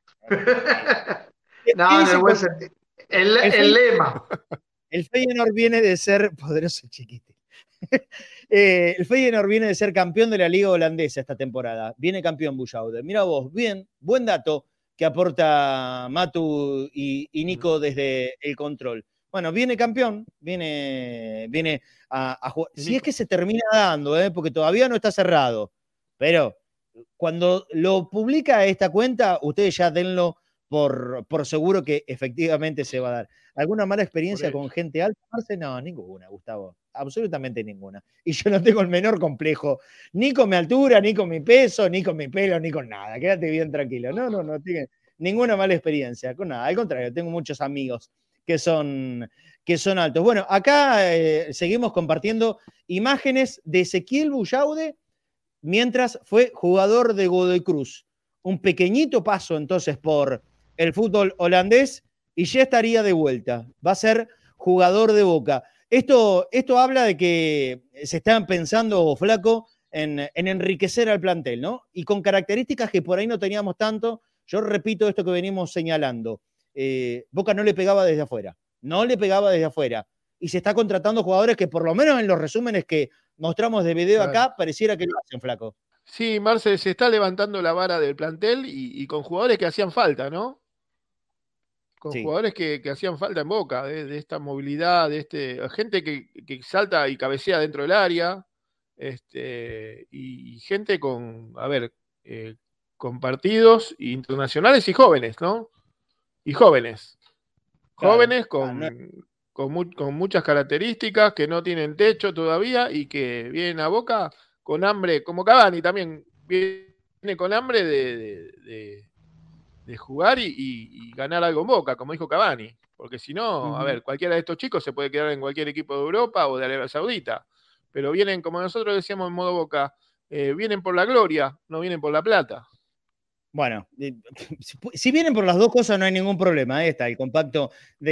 no, no, el buen sentido. El, el, el lema. El Feyenoord viene de ser poderoso chiquito. eh, el Feyenoord viene de ser campeón de la Liga Holandesa esta temporada. Viene campeón Boujoude. Mira vos, bien, buen dato que aporta Matu y, y Nico desde el control. Bueno, viene campeón, viene, viene a, a jugar. Si es que se termina dando, ¿eh? Porque todavía no está cerrado. Pero cuando lo publica esta cuenta, ustedes ya denlo por, por seguro que efectivamente se va a dar. ¿Alguna mala experiencia con gente alta, Marce? No, ninguna, Gustavo. Absolutamente ninguna. Y yo no tengo el menor complejo, ni con mi altura, ni con mi peso, ni con mi pelo, ni con nada. Quédate bien tranquilo. No, no, no tengo ninguna mala experiencia con nada. Al contrario, tengo muchos amigos que son, que son altos. Bueno, acá eh, seguimos compartiendo imágenes de Ezequiel Boujoude mientras fue jugador de Godoy Cruz. Un pequeñito paso entonces por el fútbol holandés y ya estaría de vuelta. Va a ser jugador de Boca. Esto, esto habla de que se están pensando, Flaco, en, en enriquecer al plantel, ¿no? Y con características que por ahí no teníamos tanto. Yo repito esto que venimos señalando. Eh, Boca no le pegaba desde afuera. No le pegaba desde afuera. Y se está contratando jugadores que por lo menos en los resúmenes que mostramos de video acá, claro, pareciera que lo hacen, Flaco. Sí, Marce, se está levantando la vara del plantel y, y con jugadores que hacían falta, ¿no? con Sí. jugadores que, que hacían falta en Boca, de, de esta movilidad, de este, gente que, que salta y cabecea dentro del área, este, y, y gente con, a ver, eh, con partidos internacionales y jóvenes, ¿no? Y jóvenes. Claro. Jóvenes con, Ah, no. con, mu con muchas características, que no tienen techo todavía y que vienen a Boca con hambre, como Cavani también viene con hambre de, de, de, de jugar y, y, y ganar algo en Boca, como dijo Cavani. Porque si no, Ujú. a ver, cualquiera de estos chicos se puede quedar en cualquier equipo de Europa o de Arabia Saudita. Pero vienen, como nosotros decíamos en modo Boca, eh, vienen por la gloria, no vienen por la plata. Bueno, eh, si, si vienen por las dos cosas no hay ningún problema. Ahí está, el compacto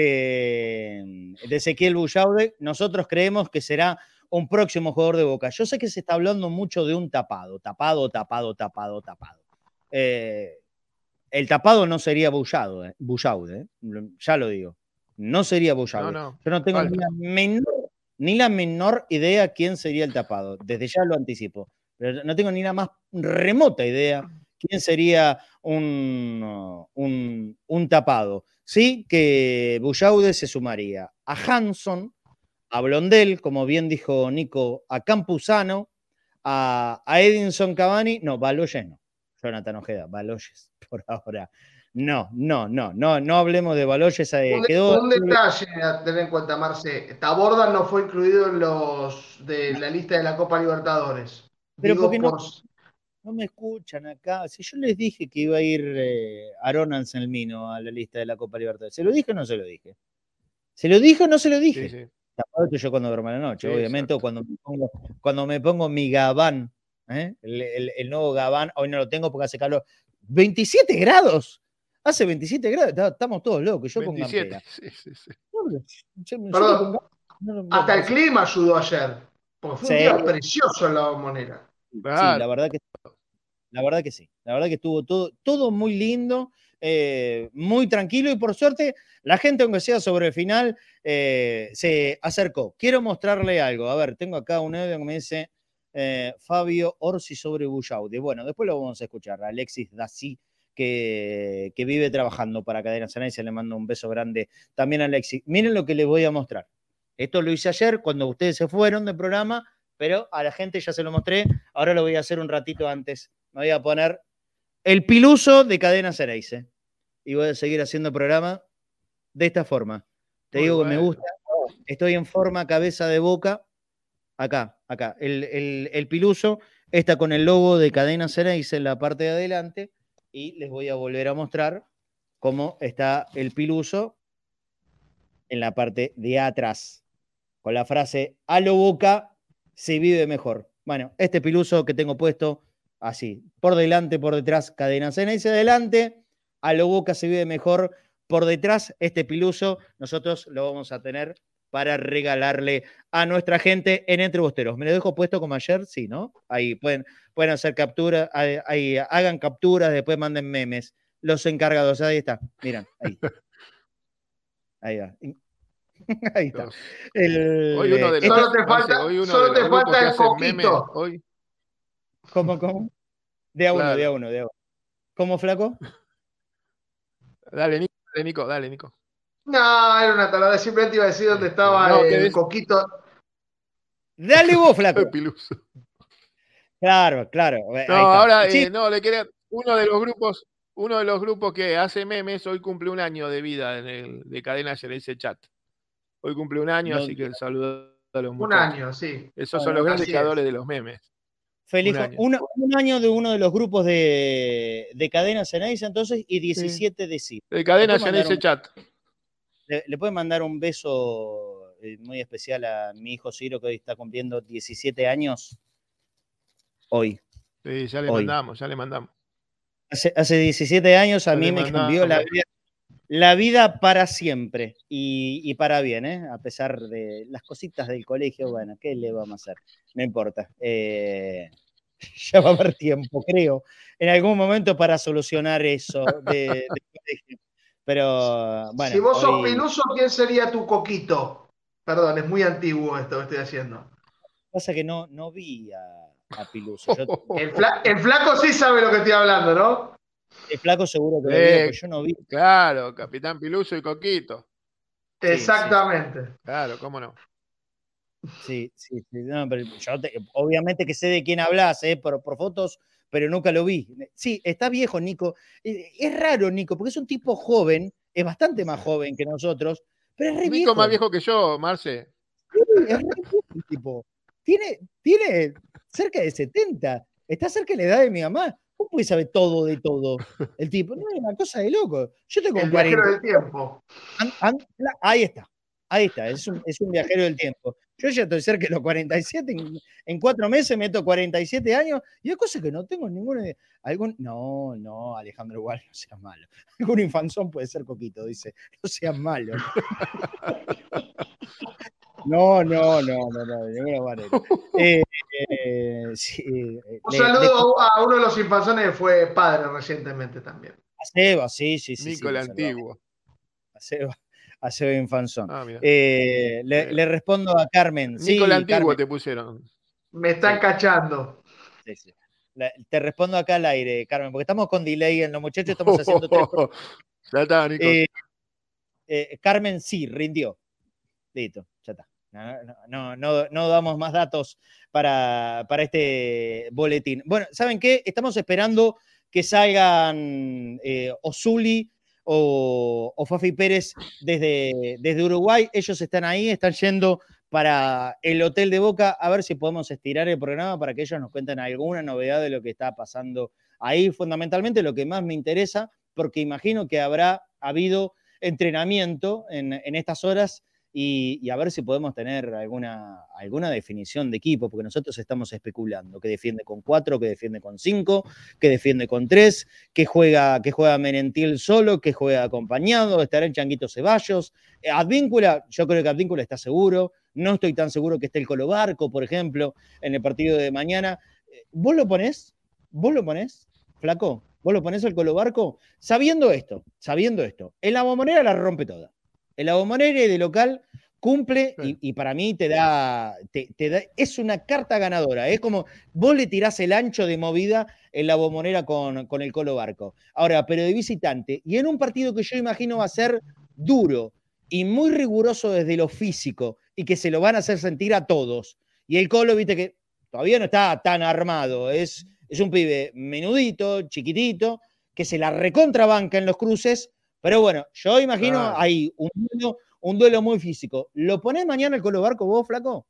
de, de Ezequiel Bullaude. Nosotros creemos que será un próximo jugador de Boca. Yo sé que se está hablando mucho de un tapado, tapado, tapado, tapado, tapado. Eh, el tapado no sería Bullaude, eh, Bullaude, eh, ya lo digo. No sería Bullaude. No, no, Yo no tengo ni la, menor, ni la menor idea quién sería el tapado. Desde ya lo anticipo. Pero no tengo ni la más remota idea quién sería un, un, un tapado. Sí que Bullaude se sumaría a Hanson, a Blondel, como bien dijo Nico, a Campuzano, a, a Edinson Cavani, no, Baloyes no, Jonathan Ojeda, Baloyes por ahora. No, no, no, no, no hablemos de Baloyes. Eh, un, quedó... un detalle a tener en cuenta, Marce. Taborda no fue incluido en los de la lista de la Copa Libertadores. Pero Digo porque no, por... no me escuchan acá. Si yo les dije que iba a ir eh, Aaron Anselmino a la lista de la Copa Libertadores, ¿se lo dije o no se lo dije? ¿Se lo dije o no se lo dije? Sí, sí. Tapado estoy yo cuando duermo a la noche, Sí, obviamente, o cuando me pongo, cuando me pongo mi gabán, ¿eh? el, el, el nuevo gabán, hoy no lo tengo porque hace calor. veintisiete grados, hace veintisiete grados, estamos todos locos, yo veintisiete, con campera. sí, sí, sí. Yo, yo Perdón, con, no, hasta el sí. clima ayudó ayer, porque fue Sí. un día precioso en la Bombonera. Claro. Sí, la verdad que la verdad que sí, la verdad que estuvo todo, todo muy lindo, eh, muy tranquilo y por suerte la gente, aunque sea sobre el final, eh, se acercó. Quiero mostrarle algo. A ver, tengo acá un audio que me dice eh, Fabio Orsi sobre Bullaude. Bueno, después lo vamos a escuchar. Alexis Dací, que, que vive trabajando para Cadena Ceneice, le mando un beso grande también a Alexis. Miren lo que les voy a mostrar. Esto lo hice ayer cuando ustedes se fueron del programa, pero a la gente ya se lo mostré. Ahora lo voy a hacer un ratito antes. Me voy a poner el piluso de Cadena Ceneice y voy a seguir haciendo el programa de esta forma. Te Muy digo bueno. que me gusta. Estoy en forma cabeza de boca. Acá, acá. El, el, el piluso está con el logo de Cadena Ceneice en la parte de adelante y les voy a volver a mostrar cómo está el piluso en la parte de atrás. Con la frase, a lo Boca se vive mejor. Bueno, este piluso que tengo puesto así, por delante, por detrás, Cadena Ceneice adelante, a lo Boca se vive mejor, por detrás, este piluso, nosotros lo vamos a tener para regalarle a nuestra gente en Entre Bosteros. ¿Me lo dejo puesto como ayer? Sí, ¿no? Ahí pueden, pueden hacer capturas, ahí, ahí, hagan capturas, después manden memes. Los encargados, ahí está, miren, ahí. Ahí va. Ahí está. El, hoy uno de los, solo te falta, Marce, hoy uno solo de te los grupos falta que el hacen coquito. memes hoy. ¿Cómo, cómo? De a uno, Claro. de a uno, de a uno. ¿Cómo, flaco? Dale, Nico, dale, Nico, dale, Nico. No, era una talada. Simplemente iba a decir dónde estaba no, el des... coquito. Dale vos, flaco. Piluso. Claro, claro. No, ahora sí. eh, no, le quería. Uno de los grupos, uno de los grupos que hace memes hoy cumple un año de vida en el, de Cadena Ceneice Chat. Hoy cumple un año, no, así que el saludo a los muchachos. Un año, sí. Esos bueno, son los grandes creadores de los memes. Feliz un año. Un, un año de uno de los grupos de, de Cadena Ceneice, entonces, y diecisiete sí. de sí. De Cadena Ceneice Chat. Le, le pueden mandar un beso muy especial a mi hijo Ciro, que hoy está cumpliendo diecisiete años. Hoy. Sí, ya le hoy. mandamos, ya le mandamos. Hace, hace diecisiete años a ya mí me mandamos. cambió la vida, la vida para siempre y, y para bien, ¿eh? A pesar de las cositas del colegio, bueno, ¿qué le vamos a hacer? No importa. Eh, ya va a haber tiempo, creo, en algún momento para solucionar eso de, de colegio. Pero, bueno. Si vos hoy... sos Piluso, ¿quién sería tu coquito? Perdón, es muy antiguo esto que estoy haciendo. Pasa que no, no vi a, a Piluso. Yo... el, fla el flaco sí sabe lo que estoy hablando, ¿no? El Flaco seguro que lo Eh, vio, pero yo no vi. Claro, Capitán Piluso y Coquito. Sí, sí, Exactamente. Claro, cómo no. sí, sí, sí, no, pero yo te- obviamente que sé de quién hablas, eh, por, por fotos, pero nunca lo vi. Sí, está viejo, Nico. Eh, Es raro, Nico, porque es un tipo joven, es bastante más joven que nosotros, pero es re Nico más viejo. viejo que yo, Marce. Sí, es re viejo el tipo. Tiene, tiene cerca de setenta. Está cerca de la edad de mi mamá. ¿Cómo puede saber todo de todo? El tipo, no, es una cosa de loco. Yo tengo El viajero cuarenta. del tiempo. An- an- la- ahí está, ahí está, es un, es un viajero del tiempo. Yo ya estoy cerca de los cuarenta y siete, en, en cuatro meses meto cuarenta y siete años y hay cosas que no tengo ninguna idea. Algún, no, no, Alejandro, igual no seas malo. Algún infanzón puede ser Coquito, dice, no seas malo. No, no, no, no, no, de ninguna manera. Eh, eh, sí, eh, Un le, le- saludo a a uno de los infanzones que fue padre recientemente también. a Seba, sí, sí, sí, sí, Nico el lo saludamos. antiguo. A Seba, a Seba Infanzón. Ah, mira. Eh, le, Mira. le respondo a Carmen. Nico el Sí, antiguo Carmen. te pusieron. Me están Sí. cachando. Sí, sí. La- te respondo acá al aire, Carmen, porque estamos con delay en los muchachos, estamos haciendo tres. Ya está, Nico. Eh, eh, Carmen sí, rindió. Listo, ya está. No, no, no, no, no damos más datos para, para este boletín. Bueno, ¿saben qué? Estamos esperando que salgan eh, Ozuli o, o Fafi Pérez desde, desde Uruguay. Ellos están ahí, están yendo para el Hotel de Boca, a ver si podemos estirar el programa para que ellos nos cuenten alguna novedad de lo que está pasando ahí. Fundamentalmente lo que más me interesa, porque imagino que habrá habido entrenamiento en, en estas horas y, y a ver si podemos tener alguna, alguna definición de equipo, porque nosotros estamos especulando que defiende con cuatro, que defiende con cinco, que defiende con tres, que juega, que juega Merentiel solo, que juega acompañado, estará en Changuito Ceballos. Eh, Advíncula, yo creo que Advíncula está seguro, no estoy tan seguro que esté el Colo Barco, por ejemplo, en el partido de mañana. ¿Vos lo ponés? ¿Vos lo ponés, Flaco? ¿Vos lo ponés al Colo Barco? Sabiendo esto, sabiendo esto, en la Bombonera la rompe toda. En la Bombonera y de local cumple y, y para mí te da, te, te da, es una carta ganadora. Es como vos le tirás el ancho de movida en la Bombonera con, con el Colo Barco. Ahora, pero de visitante y en un partido que yo imagino va a ser duro y muy riguroso desde lo físico y que se lo van a hacer sentir a todos. Y el Colo, viste que todavía no está tan armado, es, es un pibe menudito, chiquitito, que se la recontrabanca en los cruces, pero bueno, yo imagino Claro. ahí un duelo, un duelo muy físico. ¿Lo ponés mañana el Colo Barco vos, Flaco?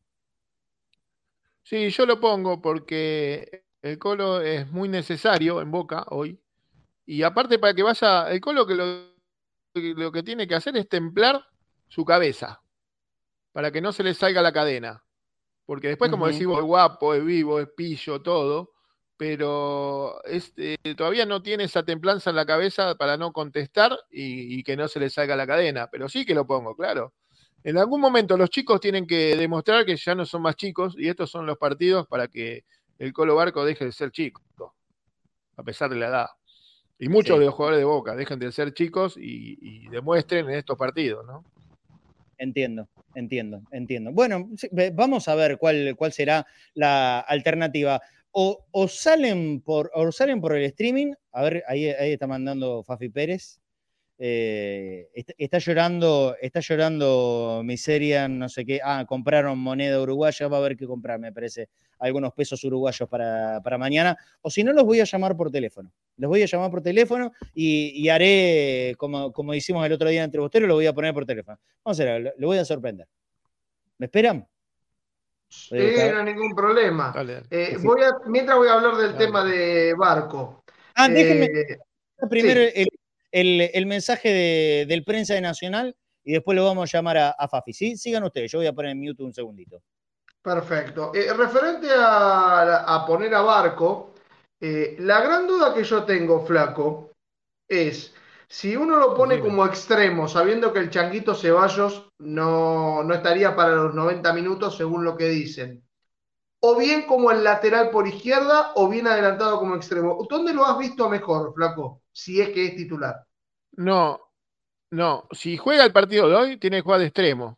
Sí, yo lo pongo porque el Colo es muy necesario en Boca hoy. Y aparte para que vaya, el Colo que lo, lo que tiene que hacer es templar su cabeza, para que no se le salga la cadena. Porque después, como Ujú. decimos, es guapo, es vivo, es pillo, todo, pero este, todavía no tiene esa templanza en la cabeza para no contestar y, y que no se le salga la cadena. Pero sí que lo pongo, claro. En algún momento los chicos tienen que demostrar que ya no son más chicos y estos son los partidos para que el Colo Barco deje de ser chico, a pesar de la edad. Y muchos Sí. de los jugadores de Boca dejen de ser chicos y, y demuestren en estos partidos, ¿no? Entiendo, entiendo, entiendo. Bueno, sí, ve- vamos a ver cuál, cuál será la alternativa. O, o salen por, o salen por el streaming, a ver, ahí, ahí está mandando Fafi Pérez. Eh, está, está llorando, está llorando miseria, no sé qué. Ah, compraron moneda uruguaya, va a haber que comprar, me parece, algunos pesos uruguayos para, para mañana. O si no, los voy a llamar por teléfono. Los voy a llamar por teléfono y, y haré, como, como hicimos el otro día entre Bostero, lo voy a poner por teléfono. Vamos a ver, lo, lo voy a sorprender. ¿Me esperan? Sí, no hay ningún problema. Dale, dale. Eh, Sí. voy a, mientras voy a hablar del Dale. tema de Barco. Ah, déjenme Eh, primero sí. el, el, el mensaje de, del prensa de Nacional y después lo vamos a llamar a, a Fafi. ¿Sí? Sigan ustedes, yo voy a poner en mute un segundito. Perfecto. Eh, referente a, a poner a Barco, eh, la gran duda que yo tengo, Flaco, es si uno lo pone Decime. como extremo, sabiendo que el Changuito Ceballos no, no estaría para los noventa minutos, según lo que dicen, o bien como el lateral por izquierda, o bien adelantado como extremo. ¿Dónde lo has visto mejor, Flaco? Si es que es titular. No, no. Si juega el partido de hoy, tiene que jugar de extremo,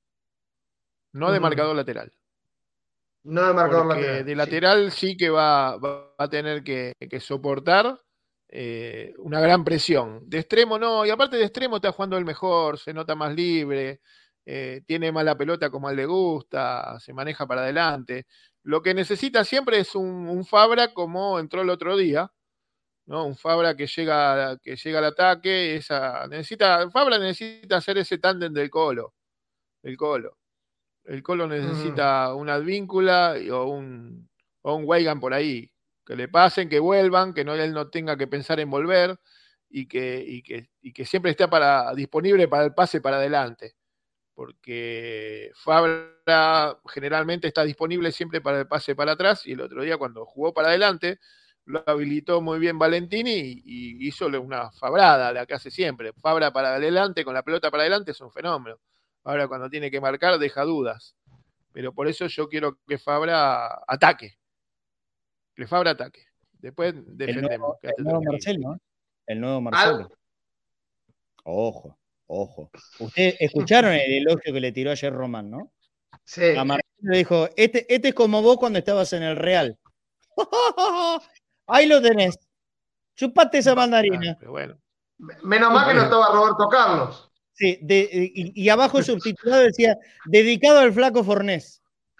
no de Ujú. marcador lateral. No de marcador Porque lateral. de Sí. lateral sí que va, va a tener que, que soportar eh, una gran presión. De extremo no, y aparte de extremo está jugando el mejor, se nota más libre, eh, tiene más la pelota como a él le gusta, se maneja para adelante. Lo que necesita siempre es un, un Fabra como entró el otro día, ¿no? Un Fabra que llega, que llega al ataque, esa, necesita, Fabra necesita hacer ese tándem del Colo, el Colo. El Colo necesita mm. una advíncula o un, o un Weigan por ahí, que le pasen, que vuelvan, que no, él no tenga que pensar en volver y que, y que, y que siempre esté para, disponible para el pase para adelante. Porque Fabra generalmente está disponible siempre para el pase para atrás, y el otro día cuando jugó para adelante lo habilitó muy bien Valentini y, y hizo una fabrada, la que hace siempre. Fabra para adelante, con la pelota para adelante, es un fenómeno. Ahora cuando tiene que marcar deja dudas. Pero por eso yo quiero que Fabra ataque. Que Fabra ataque. Después defendemos. El nuevo, el nuevo Marcelo, ¿eh? El nuevo Marcelo. Ojo, ojo. Ustedes escucharon el elogio que le tiró ayer Román, ¿no? Sí. A Marcelo le dijo, este, este es como vos cuando estabas en el Real. Ahí lo tenés. Chupate esa mandarina. Ah, pero bueno. Menos mal que no estaba Roberto Carlos. Sí, de, y, y abajo subtitulado decía, dedicado al flaco Fornés.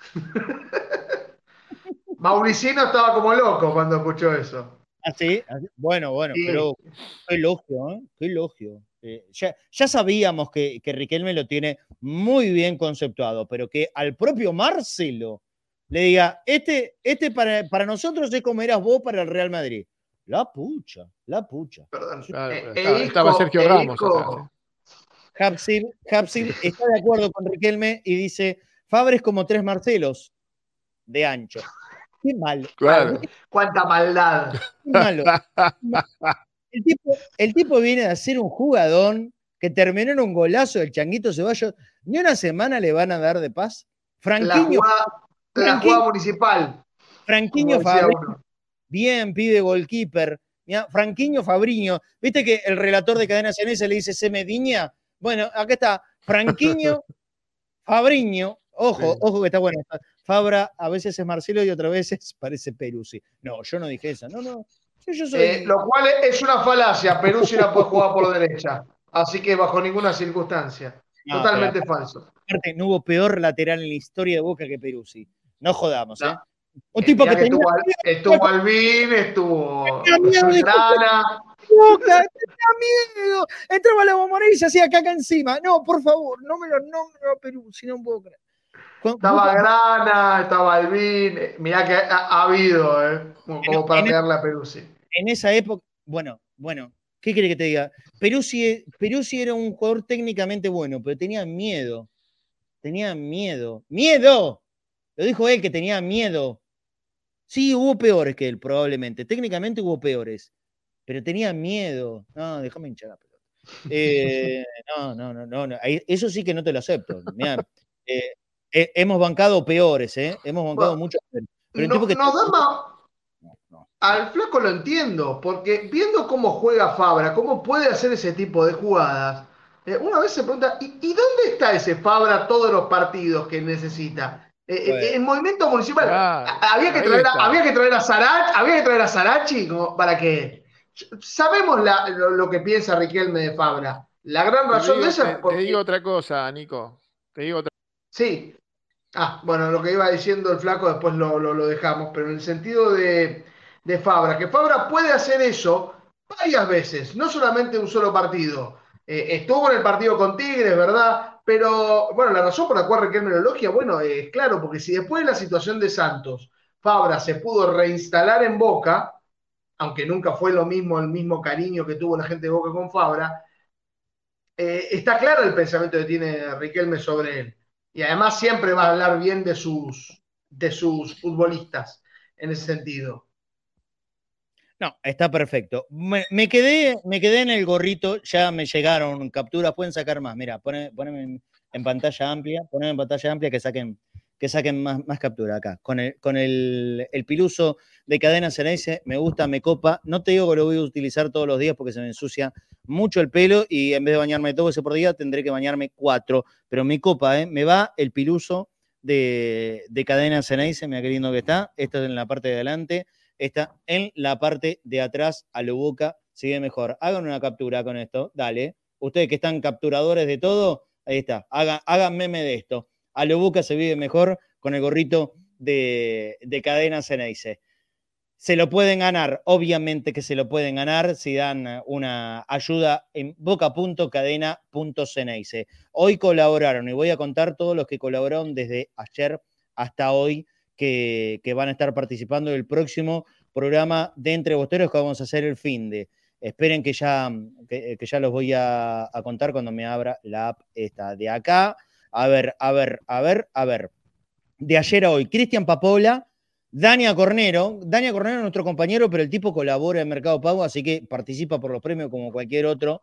Mauricino estaba como loco cuando escuchó eso. ¿Ah, sí? Bueno, bueno, sí. Pero qué elogio, ¿eh? Qué elogio. Eh, ya, ya sabíamos que, que Riquelme lo tiene muy bien conceptuado, pero que al propio Marcelo le diga, este, este para, para nosotros es como eras vos para el Real Madrid. La pucha, la pucha. Perdón. Claro, eh, estaba, estaba Sergio eh, Ramos acá, Hapsil, Hapsil está de acuerdo con Riquelme y dice, Fabra es como tres Marcelos de ancho. Qué malo. Claro. Cuánta maldad. Qué malo. El tipo, el tipo viene de hacer un jugadón que terminó en un golazo del Changuito Ceballos. Ni una semana le van a dar de paz. Franquiño. La jugada, la jugada municipal. Franquiño Fabriño. Bien, pide goalkeeper. Franquiño Fabriño. ¿Viste que el relator de Cadena C N S le dice C. Mediña? Bueno, acá está. Franquiño Fabriño. Ojo, sí. Ojo que está bueno. Fabra a veces es Marcelo y otras veces parece Peruzzi. No, yo no dije eso. No, no. Yo, yo soy... eh, lo cual es una falacia. Peruzzi la puede jugar por derecha. Así que bajo ninguna circunstancia. No, Totalmente pero, falso. Aparte, no hubo peor lateral en la historia de Boca que Peruzzi. No jodamos, ¿eh? No. Un tipo que, que tenía... estuvo, estuvo Albín, estuvo Grana. Boca, tenía miedo. Entraba la bombonera y se hacía caca encima. No, por favor, no me lo nombres a Peruzzi, no puedo creer. Estaba Grana, estaba Albín. Mirá que ha, ha habido, ¿eh? Como, como para pegarle a Peruzzi. En esa época, bueno, bueno, ¿qué quiere que te diga? Peruzzi, Peruzzi era un jugador técnicamente bueno, pero tenía miedo. Tenía miedo. ¡Miedo! Lo dijo él, que tenía miedo. Sí, hubo peores que él, probablemente. Técnicamente hubo peores. Pero tenía miedo. No, déjame hinchar la pelota. Eh, no, no, no, no, no. Eso sí que no te lo acepto. Mirá, eh, eh, hemos bancado peores, ¿eh? Hemos bancado bueno, muchos peores. Pero no, tipo que nos da más... No, no. Al flaco lo entiendo, porque viendo cómo juega Fabra, cómo puede hacer ese tipo de jugadas, eh, una vez se pregunta, ¿y, ¿y dónde está ese Fabra todos los partidos que necesita? Eh, bueno. En movimiento municipal ah, había, que traer a, había que traer a Sarachi, había que traer a Sarachi como para que sabemos la, lo, lo que piensa Riquelme de Fabra. La gran razón digo, de esa te, porque... te digo otra cosa, Nico. Te digo otra... Sí. Ah, bueno, lo que iba diciendo el flaco después lo, lo, lo dejamos, pero en el sentido de, de Fabra, que Fabra puede hacer eso varias veces, no solamente un solo partido. Eh, estuvo en el partido con Tigres, ¿verdad? Pero, bueno, la razón por la cual Riquelme lo elogia, bueno, es eh, claro, porque si después de la situación de Santos, Fabra se pudo reinstalar en Boca, aunque nunca fue lo mismo, el mismo cariño que tuvo la gente de Boca con Fabra, eh, está claro el pensamiento que tiene Riquelme sobre él. Y además siempre va a hablar bien de sus, de sus futbolistas, en ese sentido. No, está perfecto. Me, me, quedé, me quedé en el gorrito, ya me llegaron capturas, pueden sacar más. Mira, poneme, poneme en, en pantalla amplia, poneme en pantalla amplia que saquen, que saquen más, más captura acá. Con el, con el, el piluso de Cadena C N S, me gusta, me copa. No te digo que lo voy a utilizar todos los días porque se me ensucia mucho el pelo y en vez de bañarme dos veces por día tendré que bañarme cuatro. Pero me copa, ¿eh? Me va el piluso de, de Cadena C N S, mira qué lindo que está. Esto es en la parte de adelante. está en la parte de atrás, a lo Boca se ve mejor. Hagan una captura con esto, dale. Ustedes que están capturadores de todo, ahí está, hagan, hagan meme de esto. A lo Boca se vive mejor con el gorrito de, de Cadena Ceneice. Se lo pueden ganar, obviamente que se lo pueden ganar si dan una ayuda en boca punto cadena punto ceneice. Hoy colaboraron, y voy a contar todos los que colaboraron desde ayer hasta hoy, que, que van a estar participando del próximo programa de Entre Bosteros que vamos a hacer el fin de. Esperen que ya, que, que ya los voy a, a contar cuando me abra la app esta de acá. A ver, a ver, a ver, a ver. De ayer a hoy, Cristian Papola, Dania Cornero. Dania Cornero es nuestro compañero, pero el tipo colabora en Mercado Pago, así que participa por los premios como cualquier otro.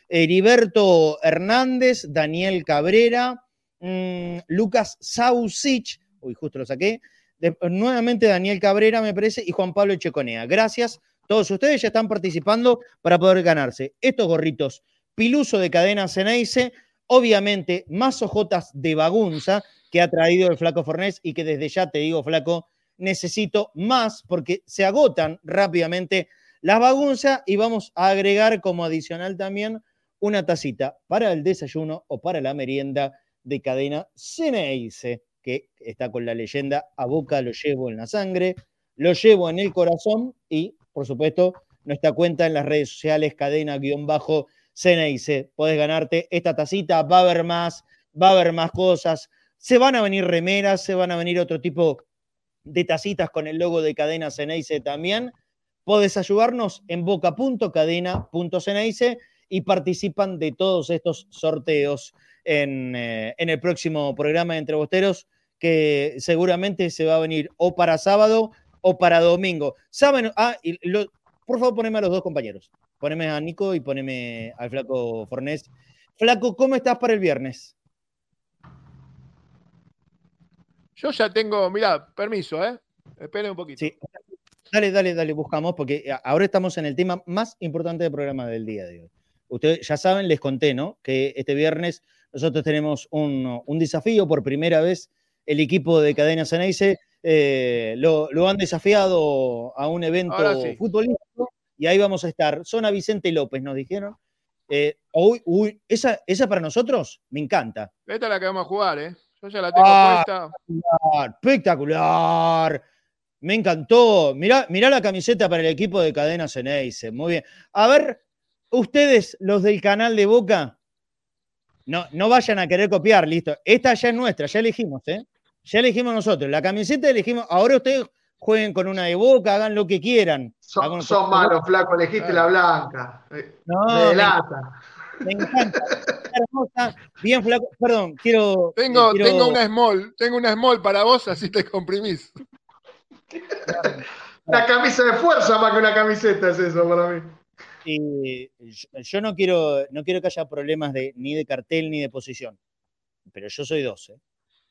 Heriberto Hernández, Daniel Cabrera, mmm, Lucas Saucic, uy, justo lo saqué. De, nuevamente Daniel Cabrera, me parece, y Juan Pablo Checonea. Gracias. Todos ustedes ya están participando para poder ganarse estos gorritos Piluso de Cadena Ceneice, obviamente más hojotas de bagunza que ha traído el Flaco Fornés y que desde ya te digo, Flaco, necesito más porque se agotan rápidamente las bagunzas y vamos a agregar como adicional también una tacita para el desayuno o para la merienda de Cadena Ceneice, que está con la leyenda a Boca lo llevo en la sangre, lo llevo en el corazón y, por supuesto, nuestra cuenta en las redes sociales, cadena-ceneice. Podés ganarte esta tacita, va a haber más, va a haber más cosas, se van a venir remeras, se van a venir otro tipo de tacitas con el logo de Cadena Ceneice también. Podés ayudarnos en boca punto cadena punto ceneice y participan de todos estos sorteos en, eh, en el próximo programa de Entre Bosteros, que seguramente se va a venir o para sábado o para domingo. ¿Saben? Ah, y lo, por favor, poneme a los dos compañeros. Poneme a Nico y poneme al Flaco Fornés. Flaco, ¿cómo estás para el viernes? Yo ya tengo, mirá, permiso, ¿eh? Esperen un poquito. Sí. Dale, dale, dale, buscamos, porque ahora estamos en el tema más importante del programa del día de hoy. Ustedes ya saben, les conté, ¿no? Que este viernes nosotros tenemos un, un desafío por primera vez. El equipo de Cadena Ceneice eh, lo, lo han desafiado a un evento sí. futbolístico y ahí vamos a estar. Zona Vicente López, nos dijeron. Eh, uy, uy, esa, esa para nosotros me encanta. Esta es la que vamos a jugar, ¿eh? Yo ya la tengo ah, puesta. Espectacular, espectacular. Me encantó. Mirá, mirá la camiseta para el equipo de Cadena Ceneice. Muy bien. A ver, ustedes, los del canal de Boca, no, no vayan a querer copiar, listo. Esta ya es nuestra, ya elegimos, ¿eh? Ya elegimos nosotros. La camiseta elegimos. Ahora ustedes jueguen con una de Boca, hagan lo que quieran. Son, son malos, Flaco, elegiste ah. la blanca. No, me lata. Me encanta. Hermosa. Bien, Flaco. Perdón, quiero. Tengo, quiero... tengo una small, tengo una small para vos, así te comprimís. Una camisa de fuerza más que una camiseta es eso para mí. Y yo no quiero, no quiero que haya problemas de, ni de cartel ni de posición. Pero yo soy dos, ¿eh?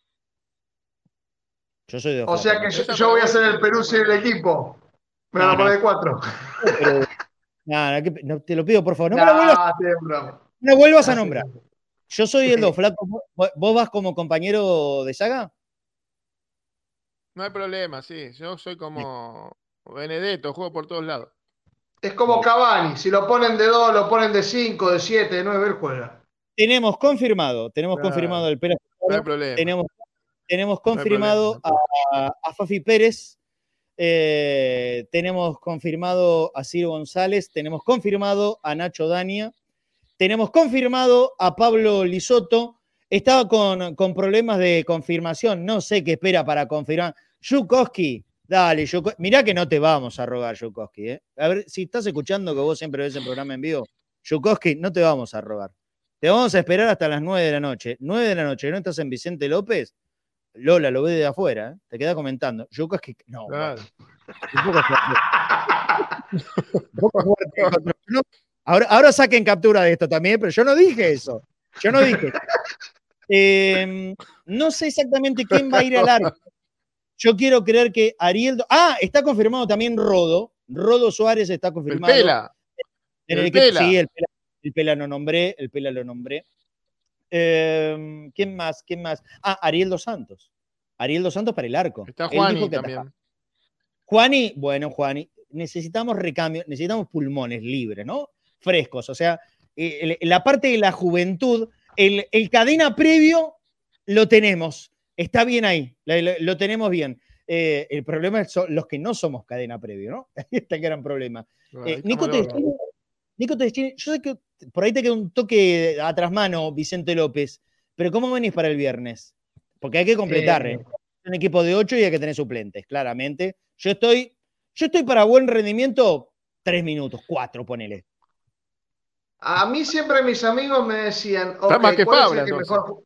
Yo soy dos. O sea que yo, yo voy a hacer el Perú sin el equipo. Me van a poner de cuatro. Pero, no, no, no, te lo pido, por favor. No, no me lo vuelvas, no vuelvas a nombrar. Yo soy el dos, Flaco. ¿Vos vas como compañero de saga? No hay problema, sí. Yo soy como Benedetto, juego por todos lados. Es como Cavani. Si lo ponen de dos, lo ponen de cinco, de siete, de nueve, él juega. Tenemos confirmado, tenemos claro. confirmado el Pérez. No hay problema. Tenemos, tenemos confirmado no a, a Fafi Pérez. Eh, tenemos confirmado a Ciro González. Tenemos confirmado a Nacho Dania. Tenemos confirmado a Pablo Lisoto. Estaba con, con problemas de confirmación. No sé qué espera para confirmar. Yukoski, dale, Yukoski. Mirá que no te vamos a rogar, Yukoski. ¿eh? A ver, si estás escuchando que vos siempre ves el programa en vivo, Yukoski, no te vamos a rogar. Te vamos a esperar hasta las nueve de la noche. nueve de la noche, ¿no estás en Vicente López? Lola lo ve de afuera, ¿eh? Te queda comentando. Yukoski, no. Claro. Un poco fuerte. Un poco fuerte. No, ahora, ahora saquen captura de esto también, pero yo no dije eso. Yo no dije. Eh, no sé exactamente quién va a ir al arco. Yo quiero creer que Ariel... Ah, está confirmado también Rodo. Rodo Suárez está confirmado. El Pela. En el, el Pela. Sí, el Pela, el Pela lo nombré. El Pela lo nombré. Eh, ¿Quién más? ¿Quién más? Ah, Ariel Dos Santos. Ariel Dos Santos para el arco. Está Juani también. Juani, bueno, Juani, necesitamos recambio, necesitamos pulmones libres, ¿no? Frescos, o sea, eh, la parte de la juventud, el, el cadena previo lo tenemos, está bien ahí, lo, lo tenemos bien. Eh, el problema son los que no somos cadena previo, ¿no? Ahí está el gran problema. Eh, Nico Tedeschini, Nico Tedeschini, yo sé que por ahí te queda un toque atrás mano, Vicente López, pero ¿cómo venís para el viernes? Porque hay que completar, ¿eh? Es un equipo de ocho y hay que tener suplentes, claramente. Yo estoy, yo estoy para buen rendimiento, tres minutos, cuatro, ponele. A mí siempre mis amigos me decían, ok, más que ¿cuál Fabra, es el que entonces. mejor?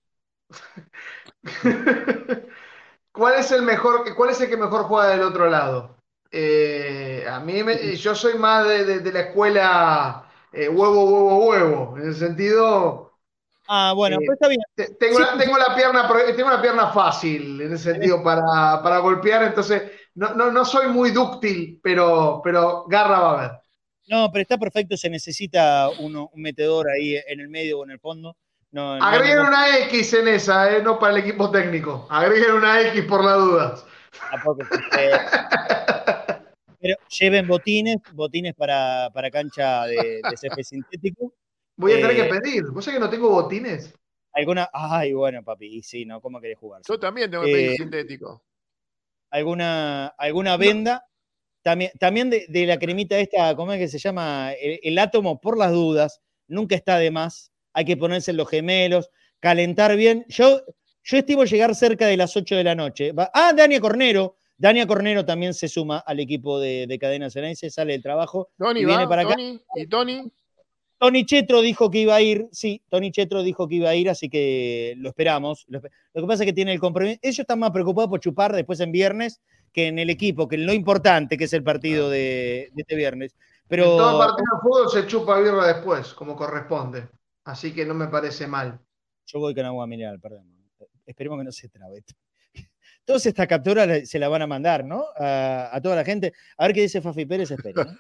¿Cuál es el mejor, cuál es el que mejor juega del otro lado? Eh, a mí, me, yo soy más de, de, de la escuela eh, huevo, huevo, huevo. En el sentido, Ah, bueno, eh, pues está bien. te- tengo, Sí, la, tengo, la pierna, tengo la pierna fácil, en el sentido, para, para golpear. Entonces, no, no, no soy muy dúctil, pero, pero garra va a haber. no, pero está perfecto, se necesita uno, un metedor ahí en el medio o en el fondo. No, no hay Agreguen ningún... una X en esa, eh, no para el equipo técnico. Agreguen una X por las dudas. Tampoco existe. Pero lleven botines, botines para, para cancha de, de césped sintético. Voy a tener Eh, que pedir. ¿Vos sabés que no tengo botines? alguna, ay, bueno, papi, y sí, ¿no? ¿Cómo querés jugar? Yo también tengo que pedir Eh, sintético. alguna, alguna No. venda. También, también de, de la cremita esta, ¿cómo es que se llama? El, el átomo, por las dudas, nunca está de más. Hay que ponerse en los gemelos, calentar bien. Yo, yo estimo llegar cerca de las ocho de la noche. Va, ah, Dania Cornero. Dania Cornero también se suma al equipo de, de Cadena Ceneice, sale del trabajo Tony y viene va, para acá. Tony, ¿y Tony? Tony Chetro dijo que iba a ir, sí, Tony Chetro dijo que iba a ir, así que lo esperamos. Lo, lo que pasa es que tiene el compromiso. Ellos están más preocupados por chupar después en viernes que en el equipo, que en lo importante que es el partido de, de este viernes. Pero En todo partido de fútbol se chupa birra después, como corresponde. Así que no me parece mal. yo voy con agua mineral, perdón. Esperemos que no se trabe esto. Todas estas capturas se la van a mandar, ¿no? A, a toda la gente. A ver qué dice Fafi Pérez, espere. ¿no?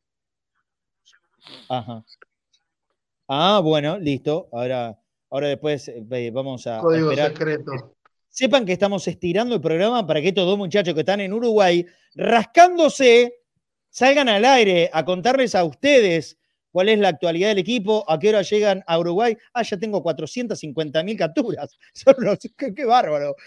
Ajá. Ah, bueno, listo. Ahora, ahora después eh, vamos a, a Código esperar. secreto. Sepan que estamos estirando el programa para que estos dos muchachos que están en Uruguay, rascándose, salgan al aire a contarles a ustedes cuál es la actualidad del equipo, a qué hora llegan a Uruguay. Ah, ya tengo cuatrocientas cincuenta mil capturas. Son los, qué, qué bárbaro.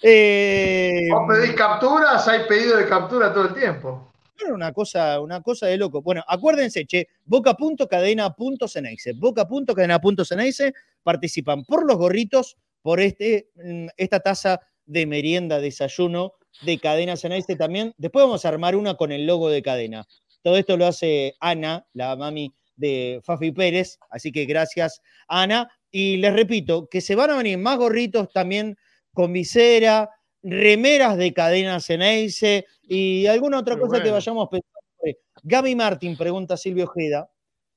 Eh, Vos pedís capturas, hay pedido de captura todo el tiempo. Una cosa, una cosa de loco. Bueno, acuérdense, che, boca punto cadena punto ceneice. boca punto cadena punto ceneice participan por los gorritos, por este, esta taza de merienda, desayuno de Cadena Ceneice también. Después vamos a armar una con el logo de Cadena. Todo esto lo hace Ana, la mami de Fafi Pérez, así que gracias, Ana. Y les repito, que se van a venir más gorritos también con visera, remeras de Cadena Ceneice y alguna otra Qué cosa bueno. que vayamos pensando. Gaby Martín, pregunta Silvio Ojeda.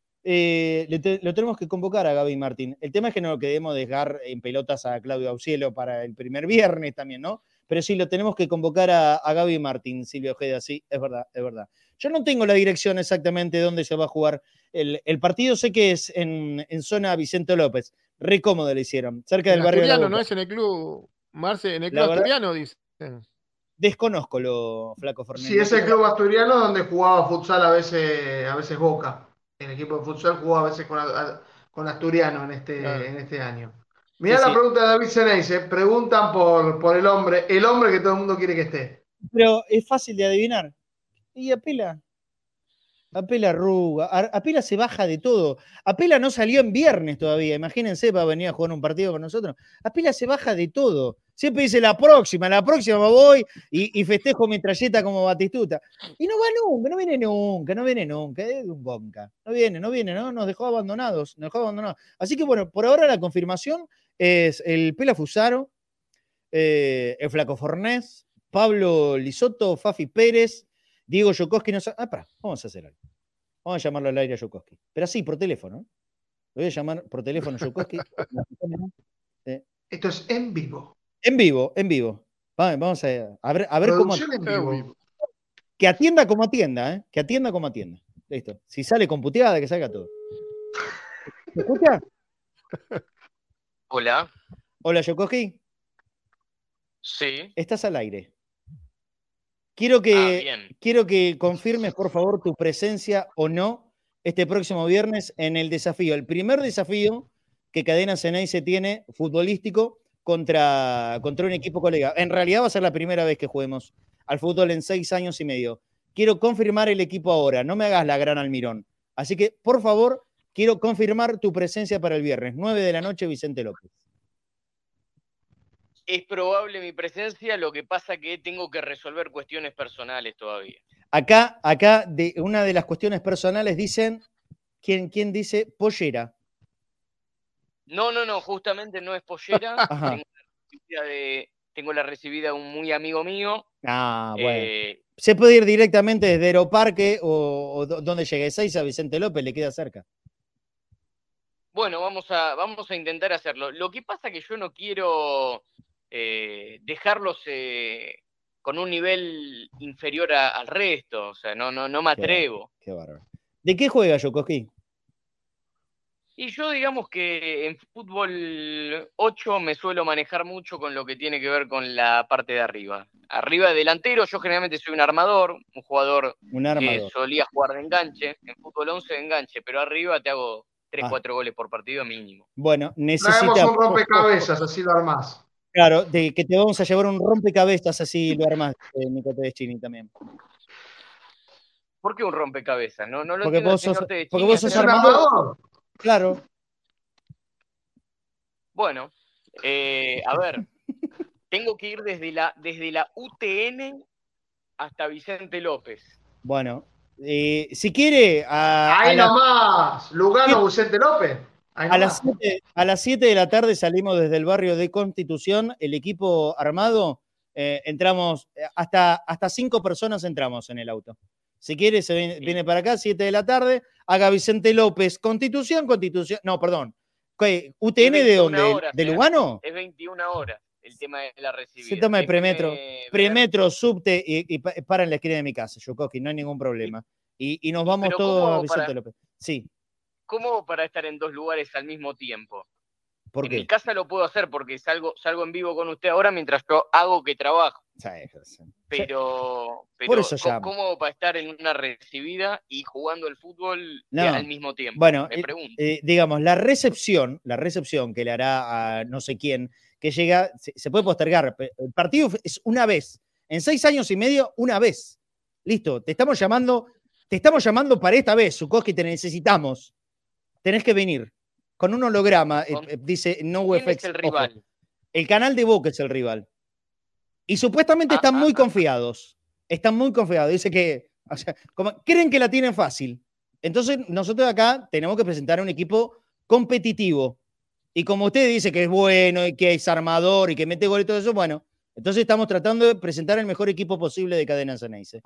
Eh, le te, lo tenemos que convocar a Gaby Martín. El tema es que no lo queremos dejar en pelotas a Claudio Aucielo para el primer viernes también, ¿no? Pero sí, lo tenemos que convocar a, a Gaby Martín, Silvio Ojeda, sí, es verdad, es verdad. Yo no tengo la dirección exactamente de dónde se va a jugar el, el partido, sé que es en, en zona Vicente López, re cómodo le hicieron, cerca En del barrio de la Asturiano, Boca. ¿no es en el club, Marce? En el La club verdad, Asturiano, dicen. desconozco lo Flaco Fernández. Sí, es el club asturiano donde jugaba futsal a veces, a veces Boca. El equipo de futsal jugaba a veces con, a, con Asturiano en este, Claro. en este año. Mirá Sí, la sí. pregunta de David Ceneice. Preguntan por, por el hombre, el hombre que todo el mundo quiere que esté. Pero es fácil de adivinar. Y apela. Apela arruga. A- Apela se baja de todo. Apela no salió en viernes todavía. Imagínense para venir a jugar un partido con nosotros. Apela se baja de todo. Siempre dice la próxima, la próxima me voy y, y festejo mi trayeta como Batistuta. Y no va nunca, no viene nunca, no viene nunca. Es un bonca. No viene, no viene, ¿no? Nos dejó abandonados. Nos dejó abandonados. Así que bueno, por ahora la confirmación es el Pela Fusaro, eh, el Flaco Fornés, Pablo Lisotto, Fafi Pérez, Diego Yokoski. No sa- ah, pará, vamos a hacer algo. Vamos a llamarlo al aire a Yokoski. Pero así, por teléfono. ¿eh? Lo voy a llamar por teléfono a Yokoski. Eh, Esto es en vivo. en vivo, en vivo. Va- Vamos a, a ver, a ver cómo. Producción en vivo. Que atienda como atienda, ¿eh? Que atienda como atienda. Listo. Si sale con puteada, que salga todo. ¿Me escucha? Hola, Hola, Yokoski. sí, Estás al aire. Quiero que, Ah, bien. quiero que confirmes, por favor, tu presencia o no este próximo viernes en el desafío. El primer desafío que Cadena Ceneice tiene futbolístico contra, contra un equipo colega. En realidad va a ser la primera vez que juguemos al fútbol en seis años y medio. Quiero confirmar el equipo ahora. No me hagas la gran Almirón. Así que, por favor, quiero confirmar tu presencia para el viernes. nueve de la noche, Vicente López. Es probable mi presencia, lo que pasa que tengo que resolver cuestiones personales todavía. Acá, acá de una de las cuestiones personales dicen, ¿quién, quién dice? Pollera. No, no, no, justamente no es pollera. Ajá. Tengo la recibida de, tengo la recibida de un muy amigo mío. Ah, bueno. Eh, Se puede ir directamente desde Aeroparque o, o donde llegue seis a Vicente López, le queda cerca. bueno, vamos a, vamos a intentar hacerlo. Lo que pasa que yo no quiero eh, dejarlos eh, con un nivel inferior a, al resto. O sea, no, no, no me atrevo. Qué, qué bárbaro. ¿De qué juega Yokoski? Y yo digamos que en fútbol ocho me suelo manejar mucho con lo que tiene que ver con la parte de arriba. Arriba delantero, yo generalmente soy un armador, un jugador Un que armador. solía jugar de enganche, en fútbol once de enganche, pero arriba te hago tres, Ah. cuatro goles por partido mínimo. Bueno, Traemos necesitamos. un rompecabezas, así lo armás. Claro, de que te vamos a llevar un rompecabezas, así lo armás, eh, Nico Tedeschini también. ¿Por qué un rompecabezas? No, no lo Porque entiendo, vos sos- señor Tedeschini. porque vos sos ¿Es un armador. armador? Claro. Bueno, eh, a ver, tengo que ir desde la, desde la U T N hasta Vicente López. Bueno, eh, si quiere, a, a Ahí la- nomás, Lugano, Vicente López. Ahí a las nomás. siete a las siete de la tarde salimos desde el barrio de Constitución, el equipo armado, eh, entramos, eh, hasta, hasta cinco personas entramos en el auto. Si quiere, se viene, viene para acá, siete de la tarde, haga Vicente López, Constitución, Constitución, no, perdón, ¿qué? ¿U T N de veintiuna dónde? horas, ¿De ¿eh? Lugano? Es veintiuna horas el tema de la recibida. Se toma el Déjeme premetro, ver. premetro, subte y, y pa- para en la esquina de mi casa, Yokoski, no hay ningún problema. Y, y nos vamos pero todos ¿cómo a Vicente para- López. Sí, ¿Cómo para estar en dos lugares al mismo tiempo? ¿por En qué? mi casa lo puedo hacer porque salgo, salgo en vivo con usted ahora mientras yo hago que trabajo. Sí, sí. Pero, pero Por eso ¿cómo- llamo. ¿cómo para estar en una recibida y jugando el fútbol No. eh, al mismo tiempo? Bueno, Me eh, pregunto. eh, digamos, la recepción, la recepción que le hará a no sé quién, que llega, se, se puede postergar. pe- El partido es una vez. En seis años y medio, una vez. Listo, te estamos llamando, te estamos llamando para esta vez, Sukoski, te necesitamos. Tenés que venir. Con un holograma, eh, ¿Con- eh, dice No ¿Quién F X. es el ojo. rival? El canal de Boca es el rival. Y supuestamente Ah, están ah, muy ah. confiados. Están muy confiados. Dice que, o sea, como, creen que la tienen fácil. Entonces, nosotros acá tenemos que presentar un equipo competitivo. Y como usted dice que es bueno y que es armador y que mete gol y todo eso, bueno, entonces estamos tratando de presentar el mejor equipo posible de Cadena Ceneice.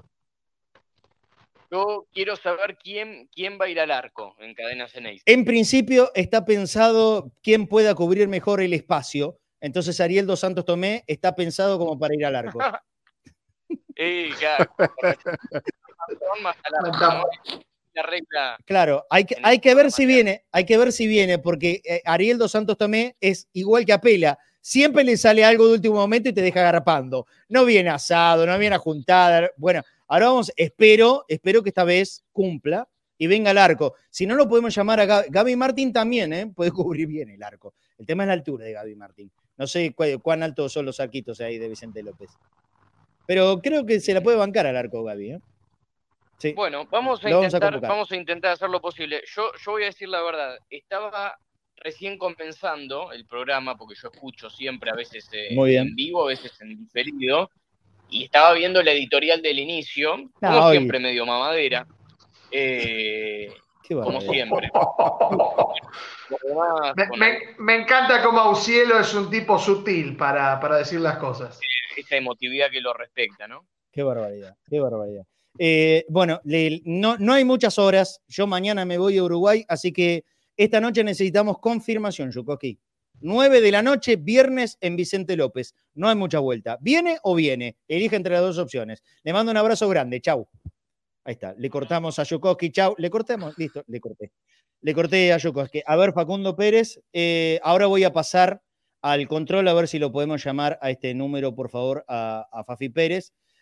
Yo quiero saber quién, quién va a ir al arco en Cadena Ceneice. En principio está pensado quién pueda cubrir mejor el espacio. Entonces Ariel Dos Santos Tomé está pensado como para ir al arco. Eh, claro, correcto. Más al arco, ¿no? La regla. Claro, hay que, En hay el que ver programa si de viene, hay que ver si viene, porque eh, Ariel Dos Santos Tomé es igual que Apela. Siempre le sale algo de último momento y te deja agarrapando. No viene asado, no viene a juntada. Bueno, ahora vamos, espero, espero que esta vez cumpla y venga al arco. Si no, lo podemos llamar a Gaby. Gaby Martín también, ¿eh? Puede cubrir bien el arco. El tema es la altura de Gaby Martín. No sé cu- cuán altos son los arquitos ahí de Vicente López. Pero creo que se la puede bancar al arco Gaby, ¿eh? Sí. Bueno, vamos a Lo vamos a intentar, convocar. vamos a intentar hacer lo posible. Yo, yo voy a decir la verdad. Estaba recién comenzando el programa, porque yo escucho siempre, a veces eh, Muy bien. en vivo, a veces en diferido, y estaba viendo la editorial del inicio, como Ah, hoy. siempre medio mamadera, eh, Qué como barbaridad. siempre. Además, Me, con me- me encanta cómo Aucielo es un tipo sutil para, para decir las cosas. esa emotividad que lo respecta, ¿no? Qué barbaridad, qué barbaridad. Eh, bueno, le- no, no hay muchas horas. Yo mañana me voy a Uruguay, así que esta noche necesitamos confirmación, Yukoski. nueve de la noche, viernes en Vicente López. No hay mucha vuelta. ¿Viene o viene? Elige entre las dos opciones. Le mando un abrazo grande. Chau. Ahí está. Le cortamos a Yukoski. Chau. Le cortemos. Listo, le corté. Le corté a Yukoski. A ver, Facundo Pérez. eh, ahora voy a pasar al control a ver si lo podemos llamar a este número, por favor, a, a Fafi Pérez.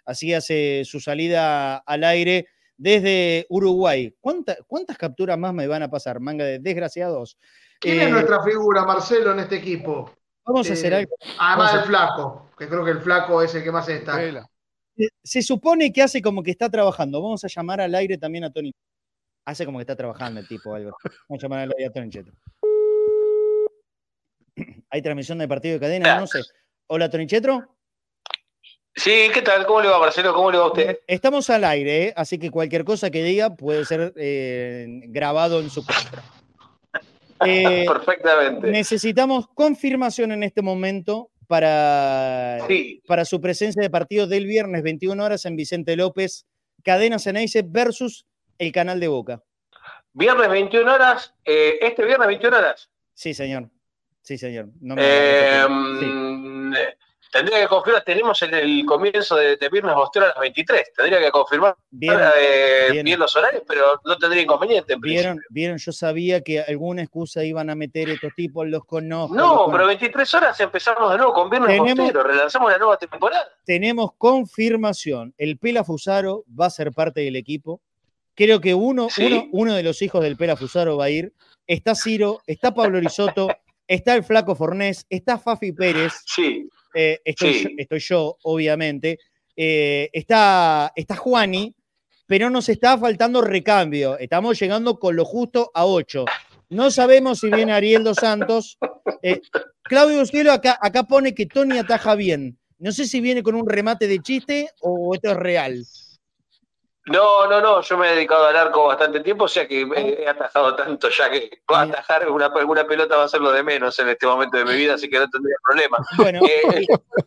así hace su salida al aire desde Uruguay. ¿Cuánta, ¿Cuántas capturas más me van a pasar, manga de desgraciados? ¿Quién Eh, es nuestra figura, Marcelo, en este equipo? Vamos a Eh, hacer algo. Además Vamos a- del flaco, que creo que el flaco es el que más se destaca. Vela. Se- Se supone que hace como que está trabajando. Vamos a llamar al aire también a Tony. Hace como que está trabajando el tipo, Albert. Vamos a llamar al aire a Tony Chetro. ¿Hay transmisión de partido de cadena? No sé. Hola, Tony Chetro. Sí, ¿qué tal? ¿Cómo le va, Marcelo? ¿Cómo le va a usted? Estamos al aire, ¿eh? Así que cualquier cosa que diga puede ser eh, grabado en su contra. Eh, Perfectamente. necesitamos confirmación en este momento para, Sí. para su presencia de partido del viernes veintiuna horas en Vicente López, Cadena Ceneice versus el Canal de Boca. Viernes veintiuna horas, eh, este viernes veintiuna horas. Sí, señor. Sí, señor. No me Eh, sí. mm, Tendría que confirmar, tenemos el, el comienzo de, de viernes posterior a las veintitrés. Tendría que confirmar ¿Vieron, eh, vieron, bien los horarios, pero no tendría inconveniente en ¿vieron, principio. vieron? Yo sabía que alguna excusa iban a meter estos tipos, los conozco. No, los pero veintitrés horas empezamos de nuevo con viernes Tenemos- postero, relanzamos la nueva temporada. Tenemos confirmación. El Pela Fusaro va a ser parte del equipo. Creo que uno, Sí. uno, uno de los hijos del Pela Fusaro va a ir. Está Ciro, está Pablo Risotto, está el Flaco Fornés, está Fafi Pérez, Sí, eh, estoy, Sí. yo, estoy yo, obviamente. Eh, está, está Juani, pero nos está faltando recambio. Estamos llegando con lo justo a ocho. No sabemos si viene Ariel Dos Santos. Eh, Claudio Cielo acá, acá pone que Tony ataja bien. No sé si viene con un remate de chiste o esto es real. no, no, no, yo me he dedicado al arco bastante tiempo, o sea que he atajado tanto ya que atajar una, una pelota va a ser lo de menos en este momento de mi vida, así que no tendría problema. Bueno, Eh,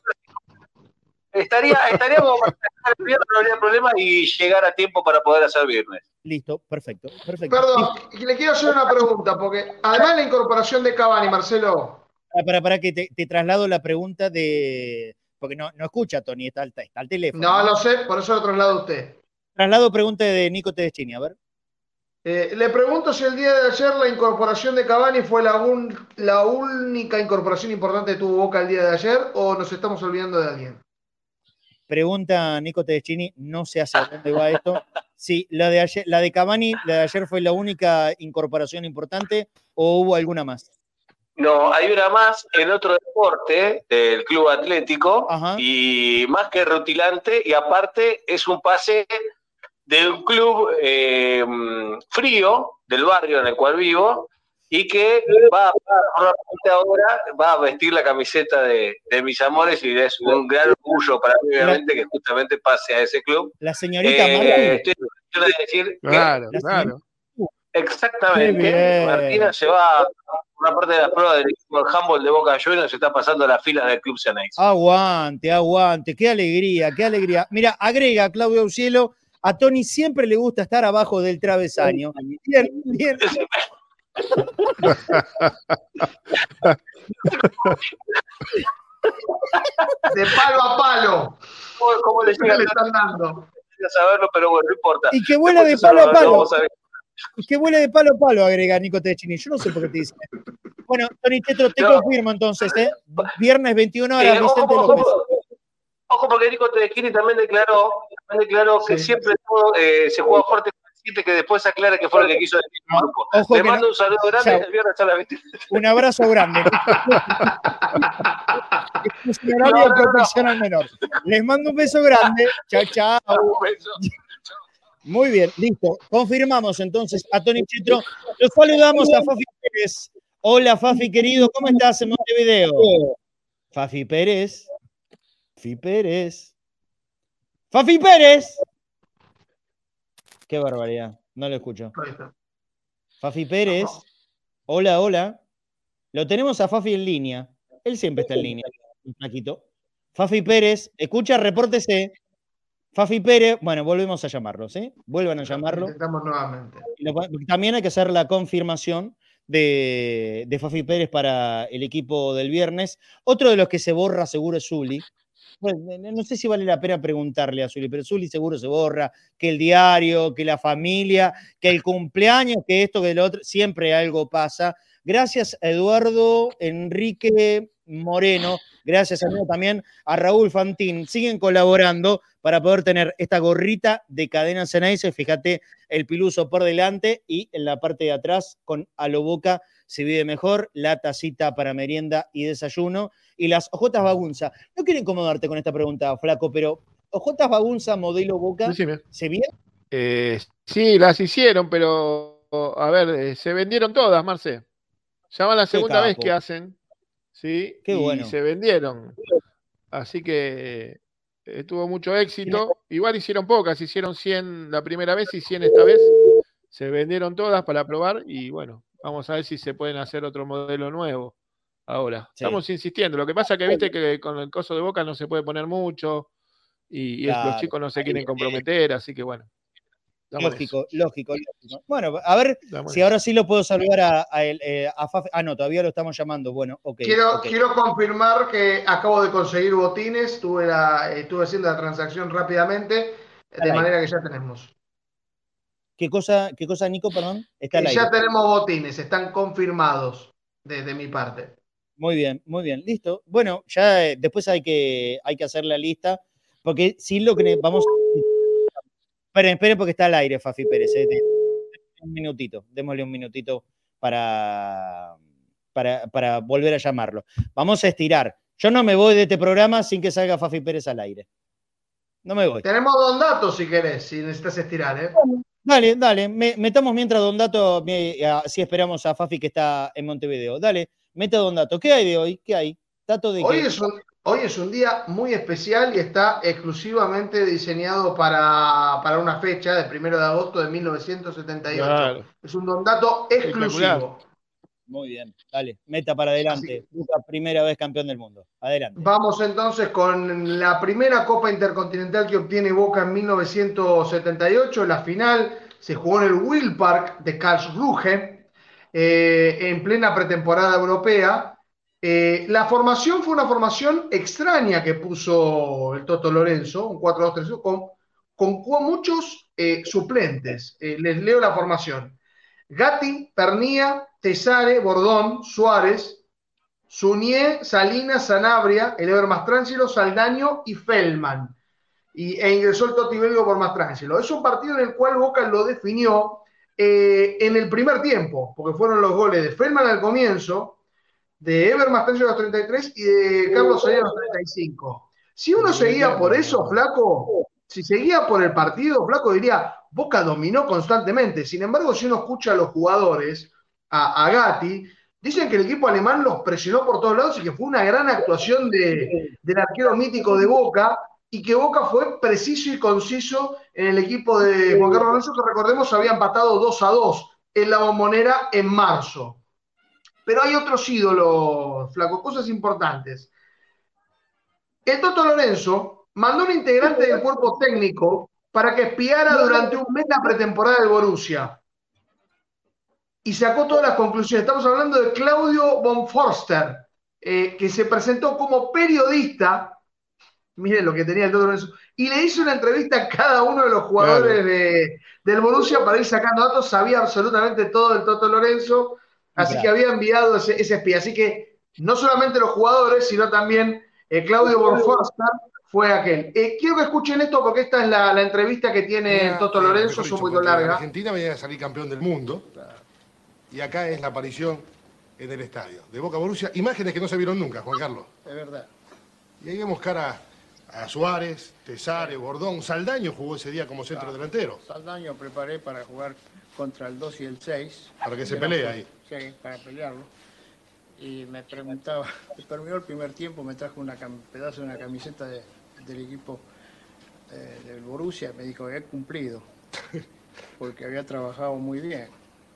estaría, estaría como para atajar el viernes, no habría problema y llegar a tiempo para poder hacer viernes. listo, perfecto, perfecto. Perdón, le quiero hacer una pregunta, porque además de la incorporación de Cavani, Marcelo, Para, para, para que te, te traslado la pregunta de... Porque no, no escucha, Tony, está, al- está al teléfono. no lo sé, por eso lo traslado a usted. Traslado pregunta de Nico Tedeschini, a ver. Eh, le pregunto si el día de ayer la incorporación de Cavani fue la, un- la única incorporación importante que tuvo Boca el día de ayer o nos estamos olvidando de alguien. Pregunta Nico Tedeschini, no sé hacia dónde va esto. Sí, la de, ayer, la de Cavani, la de ayer fue la única incorporación importante o hubo alguna más. No, hay una más en otro deporte del Club Atlético Ajá. y más que rutilante y aparte es un pase de un club eh, frío del barrio en el cual vivo y que va, va, ahora va a vestir la camiseta de, de mis amores y es un gran orgullo para mí obviamente que justamente pase a ese club. La señorita eh, Martín. estoy tratando de decir Claro, La claro. exactamente, Martina se va a una parte de la prueba del equipo del handball de Boca Juniors, se está pasando a la fila del Club Ceneice. Aguante, aguante, qué alegría, qué alegría. Mira, agrega Claudio Aucielo, a Tony siempre le gusta estar abajo del travesaño. Bien, bien. De palo a palo. ¿Cómo, cómo le llega Le están dando. a saberlo? Pero bueno, no importa. Y que vuela de Después palo a eso lo- lo palo. vamos a ver. Y que vuela de palo a palo, agrega Nico Tedeschini. Yo no sé por qué te dice. Bueno, Tony Tetro, te No. confirmo entonces, ¿eh? Viernes veintiuna horas, Eh, ojo, Vicente ojo, López. ojo, ojo, porque Nico Tedeschini también declaró, también declaró que Sí. siempre todo, eh, se juega fuerte con el siete, que después aclara que fue el que quiso decir el grupo. Ojo Le que mando no- un saludo grande Chao. el viernes a las veinte. Un abrazo grande. Es un horario No, de no, no. protección al menor. Les mando un beso grande. Chao, chao. Un beso. Muy bien, listo. Confirmamos entonces a Tony Chetro. Los saludamos a Fafi Pérez. Hola, Fafi, querido. ¿Cómo estás en Montevideo? Fafi Pérez. Fafi Pérez. Fafi Pérez. Qué barbaridad. No lo escucho. Ahí está. Fafi Pérez. Hola, hola. Lo tenemos a Fafi en línea. Él siempre está en línea. Un flaquito. Fafi Pérez. Escucha, repórtese. Fafi Pérez. Bueno, volvemos a llamarlo, ¿sí? Vuelvan a llamarlo. Intentamos nuevamente. Y lo- También hay que hacer la confirmación de, de Fafi Pérez para el equipo del viernes. Otro de los que se borra seguro es Zuli. Bueno, no sé si vale la pena preguntarle a Zuli, pero Zuli seguro se borra, que el diario, que la familia, que el cumpleaños, que esto, que lo otro, siempre algo pasa. Gracias a Eduardo Enrique Moreno, gracias amigo también a Raúl Fantín, siguen colaborando para poder tener esta gorrita de Cadena Ceneice. Fíjate el piluso por delante y en la parte de atrás con a lo Boca se vive mejor, la tacita para merienda y desayuno y las hojotas Bagunza. No quiero incomodarte con esta pregunta, Flaco, pero hojotas Bagunza modelo Boca, Decime. ¿se viene? Eh, sí, las hicieron, pero a ver, eh, se vendieron todas, Marce. Ya va la segunda vez que hacen, ¿sí? Qué y bueno. se vendieron. Así que eh, tuvo mucho éxito. Igual hicieron pocas, hicieron cien la primera vez y cien esta vez. Se vendieron todas para probar y bueno, vamos a ver si se pueden hacer otro modelo nuevo ahora. Sí. Estamos insistiendo. Lo que pasa es que viste que con el coso de Boca no se puede poner mucho y, y claro, los chicos no se quieren comprometer, así que bueno. Lógico, lógico, lógico. Bueno, a ver damos si eso. Ahora sí lo puedo saludar a, a, el, eh, a Fafi. Ah, no, todavía lo estamos llamando. Bueno, ok. Quiero, okay. quiero confirmar que acabo de conseguir botines. Tuve la, estuve haciendo la transacción rápidamente, Está de manera que ya tenemos. ¿Qué cosa, qué cosa Nico, perdón? Está que ya tenemos botines, están confirmados desde de mi parte. Muy bien, muy bien, listo. Bueno, ya eh, después hay que, hay que hacer la lista, porque si lo que vamos a... Esperen, esperen porque está al aire Fafi Pérez. Eh. Un minutito, démosle un minutito para, para, para volver a llamarlo. Vamos a estirar. Yo no me voy de este programa sin que salga Fafi Pérez al aire. No me voy. Tenemos Don Dato si querés, si necesitas estirar. ¿eh? Dale, dale. Me, metamos mientras Don Dato, me, así esperamos a Fafi que está en Montevideo. Dale, meta Don Dato. ¿Qué hay de hoy? ¿Qué hay? Dato de hoy qué? Es un, hoy es un día muy especial y está exclusivamente diseñado para, para una fecha, del primero de agosto de mil novecientos setenta y ocho. Claro. Es un Don Dato exclusivo. Muy bien, dale, meta para adelante. Boca, primera vez campeón del mundo. Adelante. Vamos entonces con la primera Copa Intercontinental que obtiene Boca en mil novecientos setenta y ocho. La final se jugó en el Will Park de Karlsruhe, eh, en plena pretemporada europea. Eh, la formación fue una formación extraña que puso el Toto Lorenzo, un cuatro dos tres con, con, con muchos eh, suplentes. Eh, les leo la formación. Gatti, Pernía, Tesare, Bordón, Suárez, Suñé, Salinas, Sanabria, el Ever Mastrangelo, Saldaño y Feldman. Y, e ingresó el Toti Belgo por Mastrangelo. Es un partido en el cual Boca lo definió eh, en el primer tiempo, porque fueron los goles de Feldman al comienzo, de Ever Mastrangelo a los treinta y tres y de Carlos Soler a los treinta y cinco. Si uno seguía por eso, Flaco, si seguía por el partido, Flaco diría, Boca dominó constantemente. Sin embargo, si uno escucha a los jugadores, a, a Gatti, dicen que el equipo alemán los presionó por todos lados y que fue una gran actuación de, del arquero mítico de Boca y que Boca fue preciso y conciso en el equipo de Juan Carlos Lorenzo, que recordemos había empatado dos a dos en la Bombonera en marzo. Pero hay otros ídolos, Flaco, cosas importantes. El Toto Lorenzo mandó un integrante del cuerpo técnico para que espiara durante un mes la pretemporada del Borussia. Y sacó todas las conclusiones. Estamos hablando de Claudio von Forster, eh, que se presentó como periodista, miren lo que tenía el Toto Lorenzo, y le hizo una entrevista a cada uno de los jugadores claro. de, del Borussia para ir sacando datos. Sabía absolutamente todo el Toto Lorenzo, así claro. que había enviado ese, ese espía. Así que no solamente los jugadores, sino también eh, Claudio von Forster fue aquel. Eh, quiero que escuchen esto porque esta es la, la entrevista que tiene Mira, el Toto Lorenzo, es un poquito larga. Argentina venía a salir campeón del mundo. Y acá es la aparición en el estadio de Boca Borussia. Imágenes que no se vieron nunca, Juan Carlos. Es verdad. Y ahí vemos cara a Suárez, Tesare, Bordón. Saldaño jugó ese día como centro claro. delantero. Saldaño preparé para jugar contra el dos y el seis. Para que se pelee ahí. Sí, para pelearlo. Y me preguntaba, terminó el primer tiempo, me trajo un pedazo de una camiseta de, del equipo eh, del Borussia. Me dijo que he cumplido, porque había trabajado muy bien.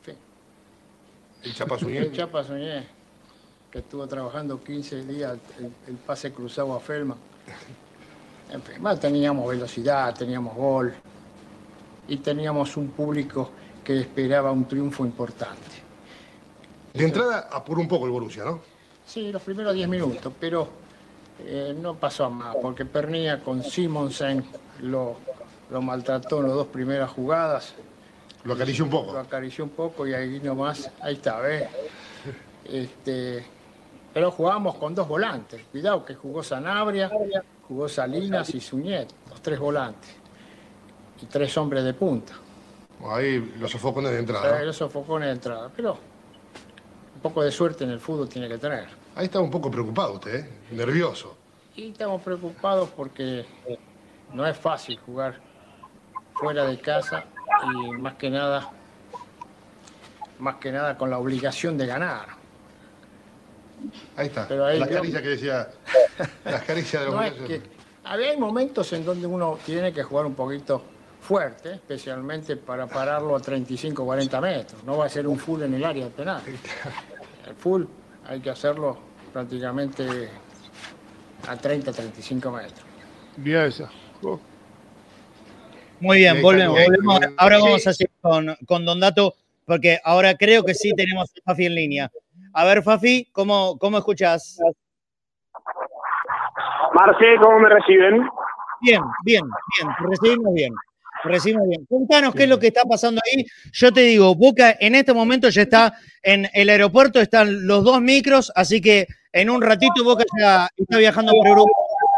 El Chapa Suñé. El Chapa Suñé, que estuvo trabajando quince días, el, el pase cruzado a Feldman. En fin, más teníamos velocidad, teníamos gol y teníamos un público que esperaba un triunfo importante. De entrada apuró un poco el Borussia, ¿no? Sí, los primeros diez minutos, pero eh, no pasó a más, porque Pernía con Simonsen lo, lo maltrató en las dos primeras jugadas. Lo acarició un poco. Lo acarició un poco y ahí nomás, ahí está, ¿ves? Este, Pero jugábamos con dos volantes. Cuidado que jugó Sanabria, jugó Salinas y Suñet, los tres volantes. Y tres hombres de punta. Ahí los sofocones de entrada. Eh, los sofocones de entrada. Pero un poco de suerte en el fútbol tiene que tener. Ahí está un poco preocupado usted, ¿eh? Nervioso. Y estamos preocupados porque no es fácil jugar fuera de casa y más que nada, más que nada con la obligación de ganar. Ahí está. Pero ahí las yo- caricias que decía. Las caricias de los No es muchachos. que, hay momentos en donde uno tiene que jugar un poquito fuerte, especialmente para pararlo a treinta y cinco, cuarenta metros. No va a ser un full en el área de penal. El full hay que hacerlo prácticamente a treinta, treinta y cinco metros. Bien esa. Oh. Muy bien, Sí, volvemos. Carlos. volvemos. Sí. Ahora vamos a seguir con, con Don Dato, porque ahora creo que sí tenemos a Fafi en línea. A ver, Fafi, ¿cómo, cómo escuchás? Marce, ¿cómo me reciben? Bien, bien, bien, te recibimos bien. Te recibimos bien. Contanos qué es lo que está pasando ahí. Yo te digo, Boca en este momento ya está en el aeropuerto, están los dos micros, así que en un ratito Boca ya está viajando por Uruguay.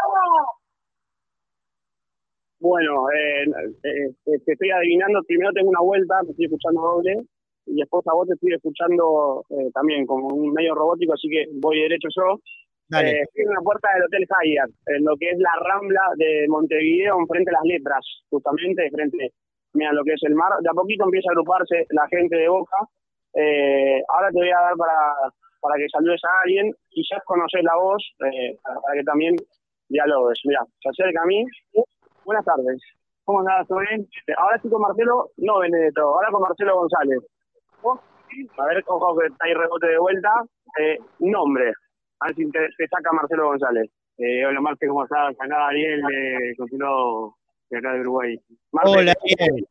Bueno, eh, eh, eh, te estoy adivinando. Primero tengo una vuelta, me estoy escuchando doble, y después a vos te estoy escuchando eh, también como un medio robótico, así que voy derecho yo. Dale. Eh, estoy en la puerta del Hotel Hyatt, en lo que es la Rambla de Montevideo, enfrente a las Letras, justamente frente, mira, lo que es el mar. De a poquito empieza a agruparse la gente de Boca. Eh, ahora te voy a dar para, para que saludes a alguien, quizás conoces la voz, eh, para, para que también dialogues. Mira, se acerca a mí. Buenas tardes. ¿Cómo andás? ¿Todo bien? Ahora estoy con Marcelo, no Benedetto, ahora con Marcelo González. ¿Vos? A ver, ojo que está ahí rebote de vuelta. Eh, nombre. A ver si te, te saca Marcelo González. Eh, hola Marce, ¿cómo estás? Acá Ariel, eh, consulado de acá de Uruguay. Marce, Hola, Ariel.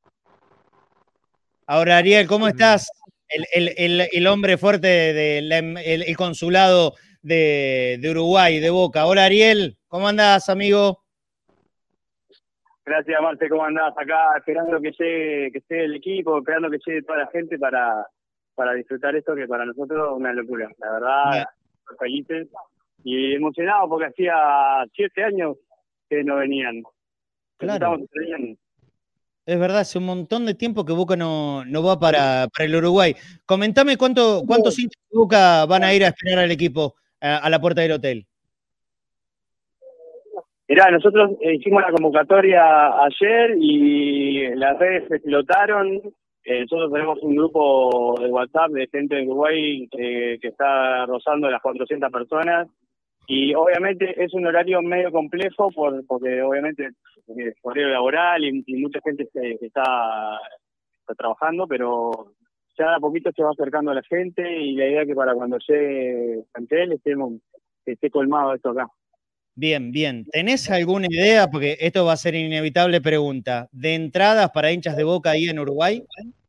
Ahora, Ariel, ¿cómo estás? El, el, el, el hombre fuerte del de el, el consulado de, de Uruguay, de Boca. Hola, Ariel, ¿cómo andás, amigo? Gracias, Marce, ¿cómo andás? Acá esperando que llegue, que llegue el equipo, esperando que llegue toda la gente para, para disfrutar esto, que para nosotros es una locura. La verdad, felices y emocionados porque hacía siete años que no venían. Claro. Venían. Es verdad, hace un montón de tiempo que Boca no, no va para, para el Uruguay. Comentame cuánto, cuántos hinchas de Boca van a ir a esperar al equipo a, a la puerta del hotel. Mirá, nosotros hicimos la convocatoria ayer y las redes explotaron. Eh, nosotros tenemos un grupo de WhatsApp de gente de Uruguay eh, que está rozando las cuatrocientas personas y obviamente es un horario medio complejo por, porque obviamente es horario laboral y, y mucha gente se, que está, está trabajando, pero ya a poquito se va acercando a la gente y la idea es que para cuando llegue Santel estemos, que esté colmado esto acá. Bien, bien. ¿Tenés alguna idea? Porque esto va a ser inevitable pregunta. ¿De entradas para hinchas de Boca ahí en Uruguay?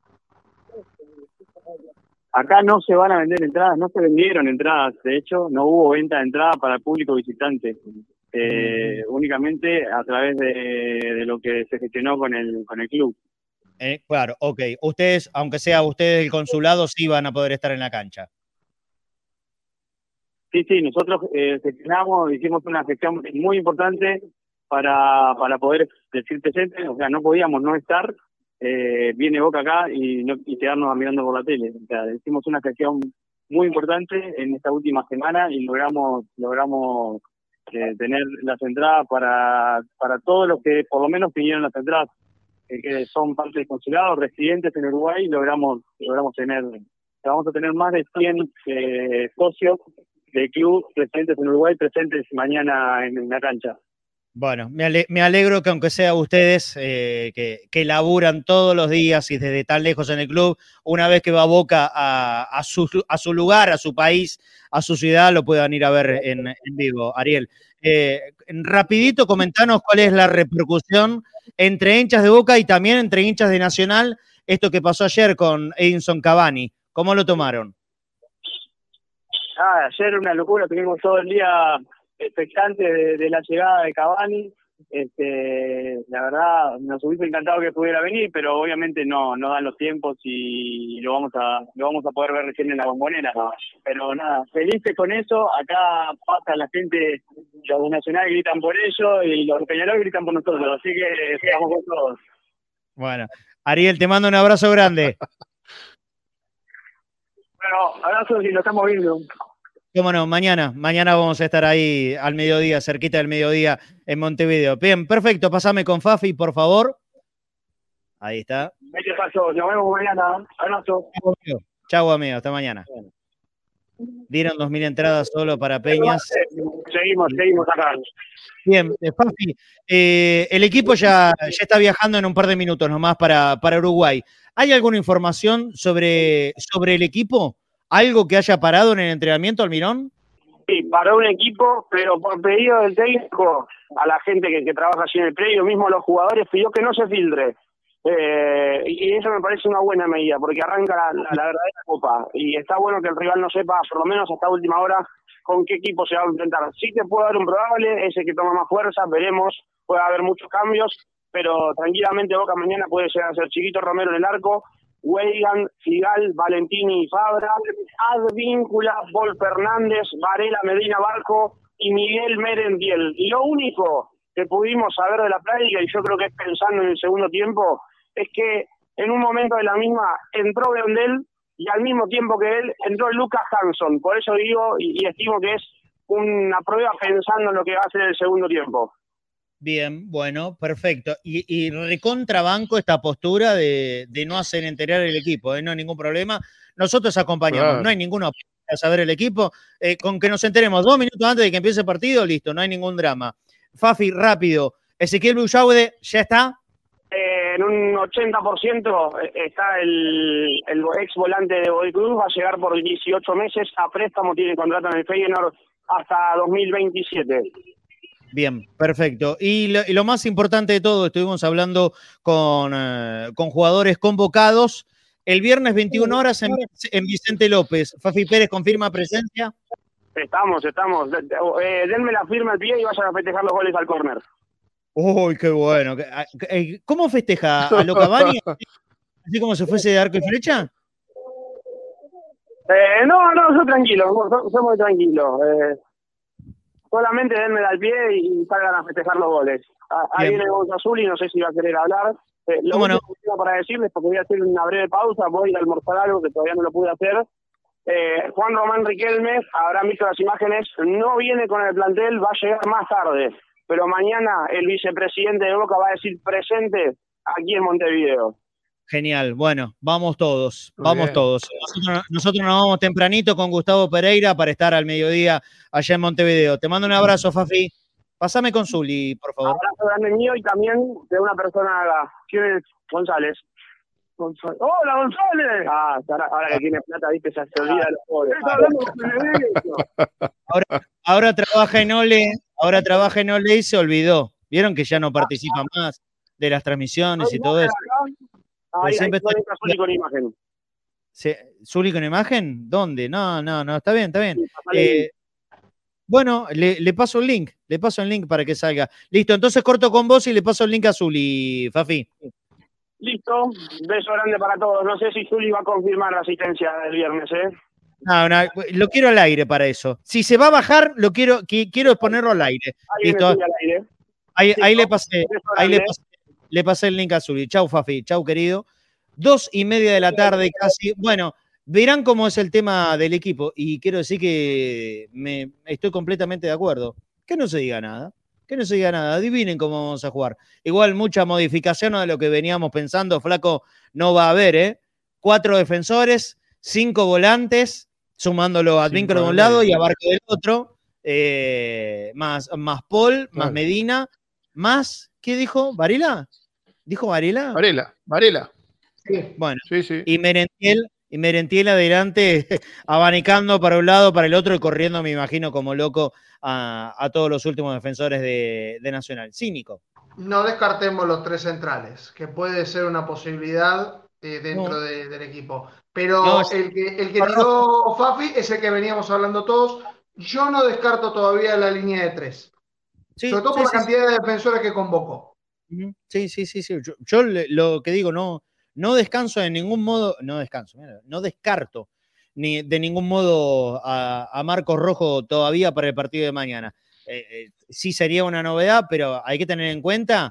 Acá no se van a vender entradas, no se vendieron entradas. De hecho, no hubo venta de entradas para el público visitante. Eh, mm. Únicamente a través de, de lo que se gestionó con el, con el club. Eh, claro, ok. Ustedes, aunque sea ustedes del consulado, sí van a poder estar en la cancha. Sí, sí, nosotros eh, gestionamos, hicimos una gestión muy importante para, para poder decir presente, o sea, no podíamos no estar, eh, viene Boca acá y, no, y quedarnos mirando por la tele. O sea, hicimos una gestión muy importante en esta última semana y logramos logramos eh, tener las entradas para, para todos los que por lo menos pidieron las entradas, eh, que son parte del consulado, residentes en Uruguay, y logramos, logramos tener, vamos a tener más de cien eh, socios de club presentes en Uruguay, presentes mañana en, en la cancha. Bueno, me, ale me alegro que aunque sea ustedes, eh, que, que laburan todos los días y desde tan lejos en el club, una vez que va Boca a, a, su, a su lugar, a su país, a su ciudad, lo puedan ir a ver en, en vivo. Ariel, eh, rapidito comentanos cuál es la repercusión entre hinchas de Boca y también entre hinchas de Nacional, esto que pasó ayer con Edinson Cavani. ¿Cómo lo tomaron? Ah, ayer una locura, tuvimos todo el día expectantes de, de la llegada de Cavani. Este, la verdad, nos hubiese encantado que pudiera venir, pero obviamente no, no dan los tiempos y lo vamos a, lo vamos a poder ver recién en la Bombonera. Pero nada, felices con eso. Acá pasa la gente, los de Nacional gritan por ellos y los de Peñarol gritan por nosotros, así que estamos con todos. Bueno, Ariel, te mando un abrazo grande. Bueno, abrazos y nos estamos viendo. Cómo no, mañana, mañana vamos a estar ahí al mediodía, cerquita del mediodía en Montevideo. Bien, perfecto, pasame con Fafi, por favor. Ahí está. Ahí te paso, nos vemos mañana. Abrazo. Chau, amigo, hasta mañana. Dieron dos mil entradas solo para Peñas. Seguimos, seguimos acá. Bien, eh, Fafi, eh, el equipo ya, ya está viajando en un par de minutos nomás para, para Uruguay. ¿Hay alguna información sobre, sobre el equipo? ¿Algo que haya parado en el entrenamiento, Almirón? Sí, paró un equipo, pero por pedido del técnico, a la gente que, que trabaja allí en el predio, mismo los jugadores, pidió que no se filtre. Eh, y eso me parece una buena medida, porque arranca la, la, la verdadera copa. Y está bueno que el rival no sepa, por lo menos hasta última hora, con qué equipo se va a enfrentar. Sí te puede dar un probable, ese que toma más fuerza, veremos, puede haber muchos cambios, pero tranquilamente Boca mañana puede llegar a ser Chiquito Romero en el arco, Weigan, Figal, Valentini y Fabra, Advíncula, Paul Fernández, Varela, Medina Barco y Miguel Merendiel. Y lo único que pudimos saber de la práctica, y yo creo que es pensando en el segundo tiempo, es que en un momento de la misma entró Blondel y al mismo tiempo que él entró Lucas Hanson. Por eso digo y, y estimo que es una prueba pensando en lo que va a ser el segundo tiempo. Bien, bueno, perfecto. Y, y recontrabanco esta postura de, de no hacer enterar el equipo, ¿eh? No hay ningún problema. Nosotros acompañamos, Claro. no hay ninguno a saber el equipo. Eh, con que nos enteremos dos minutos antes de que empiece el partido, listo, no hay ningún drama. Fafi, rápido. Ezequiel Bullaude, ¿ya está? Eh, en un ochenta por ciento está el, el ex volante de Godoy Cruz, va a llegar por dieciocho meses a préstamo, tiene contrato en el Feyenoord hasta dos mil veintisiete. Bien, perfecto. Y lo, y lo más importante de todo, estuvimos hablando con, eh, con jugadores convocados. El viernes veintiuna horas en, en Vicente López. Fafi Pérez confirma presencia. Estamos, estamos. Eh, denme la firma al pie y vayan a festejar los goles al córner. Uy, qué bueno. ¿Cómo festeja a lo Cavani? ¿Así como si fuese de arco y flecha? Eh, no, no, yo tranquilo, yo, yo muy tranquilo. Eh, solamente denme al pie y salgan a festejar los goles. Ahí viene Gonzalo Azul y no sé si va a querer hablar. Eh, lo único que tengo para decirles, porque voy a hacer una breve pausa, voy a almorzar algo que todavía no lo pude hacer. Eh, Juan Román Riquelme, habrán visto las imágenes, no viene con el plantel, va a llegar más tarde. Pero mañana el vicepresidente de Boca va a decir presente aquí en Montevideo. Genial, bueno, vamos todos, Muy vamos bien. todos. Nosotros, nosotros nos vamos tempranito con Gustavo Pereira para estar al mediodía allá en Montevideo. Te mando un abrazo, Fafi. Pásame con Zuli, por favor. Abrazo grande mío y también de una persona, ¿quién es? González. González. ¡Hola, González! Ah, ahora, ahora que tiene plata, viste, ya se olvida de los pobres. Ahora, ahora trabaja en Ole, ahora trabaja en Ole y se olvidó. ¿Vieron que ya no participa más de las transmisiones y todo eso? Ahí, siempre ahí está- Zuli con imagen. Se- ¿Zuli con imagen? ¿Dónde? No, no, no, está bien, está bien. Sí, pasale el Eh, bueno, le, le paso el link, le paso el link para que salga. Listo, entonces corto con vos y le paso el link a Zuli, Fafi. Listo, beso grande para todos. No sé si Zuli va a confirmar la asistencia del viernes, ¿eh? No, no, lo quiero al aire para eso. Si se va a bajar, lo quiero, qui- quiero ponerlo al aire. Ahí viene Listo. Zuli al aire. Ahí, ahí Listo. le pasé, Beso ahí le grande. pasé, le pasé el link a Zuli. Chau, Fafi, chau, querido. Dos y media de la tarde casi. Bueno, verán cómo es el tema del equipo. Y quiero decir que me estoy completamente de acuerdo. Que no se diga nada. Que no se diga nada. Adivinen cómo vamos a jugar. Igual mucha modificación de lo que veníamos pensando, flaco, no va a haber, ¿eh? Cuatro defensores, cinco volantes, sumándolo a Cinco Advíncula de un de lado medio. y a Barco del otro. Eh, más, más Paul, más Claro. Medina, más, ¿qué dijo? ¿Varela? ¿Dijo Varela? Varela, Varela. Sí. Bueno, Sí, sí. y Merentiel, y Merentiel adelante, abanicando para un lado, para el otro y corriendo, me imagino, como loco a, a todos los últimos defensores de, de Nacional. Cínico. No descartemos los tres centrales, que puede ser una posibilidad eh, dentro No. de- del equipo. Pero No, es- el que, el que tiró Fafi es el que veníamos hablando todos. Yo no descarto todavía la línea de tres. Sí, Sobre todo sí, por sí, la sí. cantidad de defensores que convocó. Ujú. Sí, sí, sí, sí. Yo, yo le- lo que digo, no, no descanso de ningún modo, no descanso, mira, no descarto ni de ningún modo a, a Marcos Rojo todavía para el partido de mañana. Eh, eh, sí sería una novedad, pero hay que tener en cuenta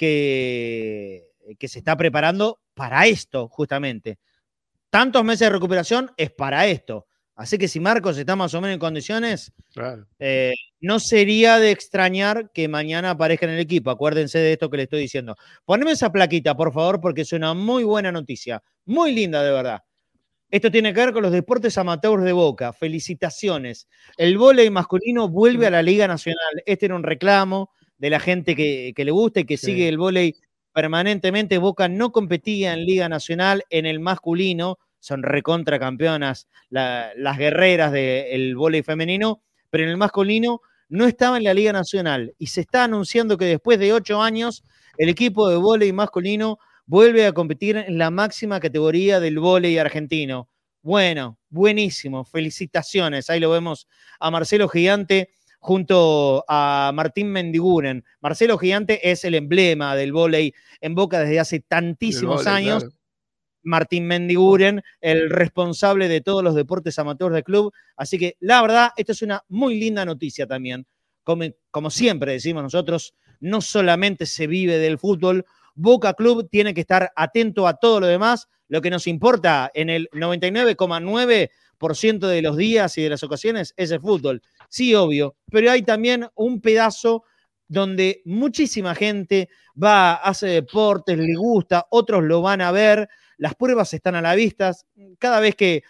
que, que se está preparando para esto, justamente. Tantos meses de recuperación es para esto. Así que si Marcos está más o menos en condiciones, Claro. eh, no sería de extrañar que mañana aparezca en el equipo. Acuérdense de esto que le estoy diciendo. Poneme esa plaquita, por favor, porque es una muy buena noticia. Muy linda, de verdad. Esto tiene que ver con los deportes amateurs de Boca. Felicitaciones. El vóley masculino vuelve a la Liga Nacional. Este era un reclamo de la gente que, que le gusta y que Sí. sigue el vóley permanentemente. Boca no competía en Liga Nacional en el masculino. Son recontra campeonas la, las guerreras del vóley femenino, pero en el masculino no estaba en la Liga Nacional. Y se está anunciando que después de ocho años el equipo de vóley masculino vuelve a competir en la máxima categoría del vóley argentino. Bueno, buenísimo, felicitaciones. Ahí lo vemos a Marcelo Gigante junto a Martín Mendiguren. Marcelo Gigante es el emblema del vóley en Boca desde hace tantísimos vóley, años. claro. Martín Mendiguren, el responsable de todos los deportes amateurs del club. Así que la verdad, esto es una muy linda noticia también. Como, como siempre decimos nosotros, no solamente se vive del fútbol, Boca Club tiene que estar atento a todo lo demás. Lo que nos importa en el noventa y nueve coma nueve por ciento de los días y de las ocasiones es el fútbol. Sí, obvio, pero hay también un pedazo donde muchísima gente va, hace deportes, le gusta, otros lo van a ver, las pruebas están a la vista. Cada vez que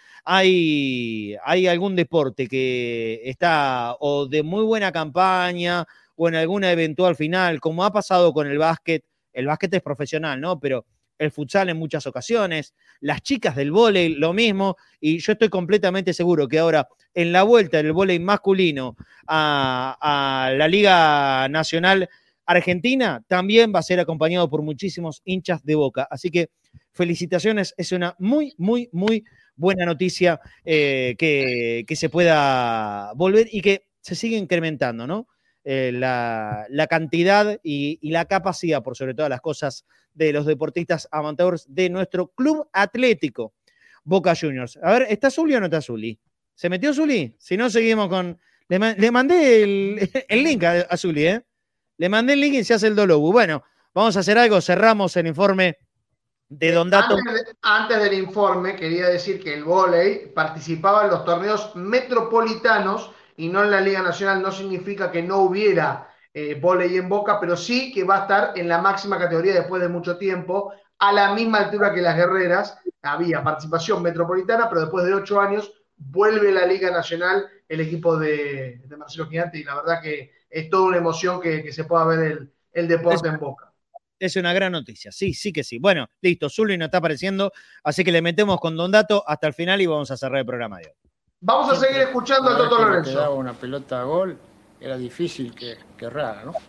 hay, hay algún deporte que está o de muy buena campaña o en alguna eventual final, como ha pasado con el básquet, el básquet es profesional, ¿no? Pero el futsal en muchas ocasiones, las chicas del vóley lo mismo, y yo estoy completamente seguro que ahora en la vuelta del vóley masculino a, a la Liga Nacional Argentina también va a ser acompañado por muchísimos hinchas de Boca. Así que felicitaciones, es una muy, muy, muy buena noticia eh, que, que se pueda volver y que se siga incrementando, ¿no? Eh, la, la cantidad y, y la capacidad, por sobre todas las cosas, de los deportistas amateurs de nuestro club atlético, Boca Juniors. A ver, ¿está Zuli o no está Zuli? ¿Se metió Zuli? Si no, seguimos con... Le, le mandé el, el link a, a Zuli, ¿eh? Le mandé el link y se hace el Dolobu. Bueno, vamos a hacer algo, cerramos el informe de Don Dato. Antes, de, antes del informe, quería decir que el vóley participaba en los torneos metropolitanos y no en la Liga Nacional. No significa que no hubiera eh, vóley en Boca, pero sí que va a estar en la máxima categoría después de mucho tiempo, a la misma altura que las guerreras. Había participación metropolitana, pero después de ocho años vuelve la Liga Nacional el equipo de, de Marcelo Gigante, y la verdad que es toda una emoción que, que se pueda ver el, el deporte es, en Boca. Es una gran noticia, sí, sí que sí. Bueno, listo, Zuli no está apareciendo, así que le metemos con Don Dato hasta el final y vamos a cerrar el programa de hoy. Vamos a Siempre, seguir escuchando al Toto Lorenzo. Quedaba una pelota a gol, era difícil que, que errara, ¿no?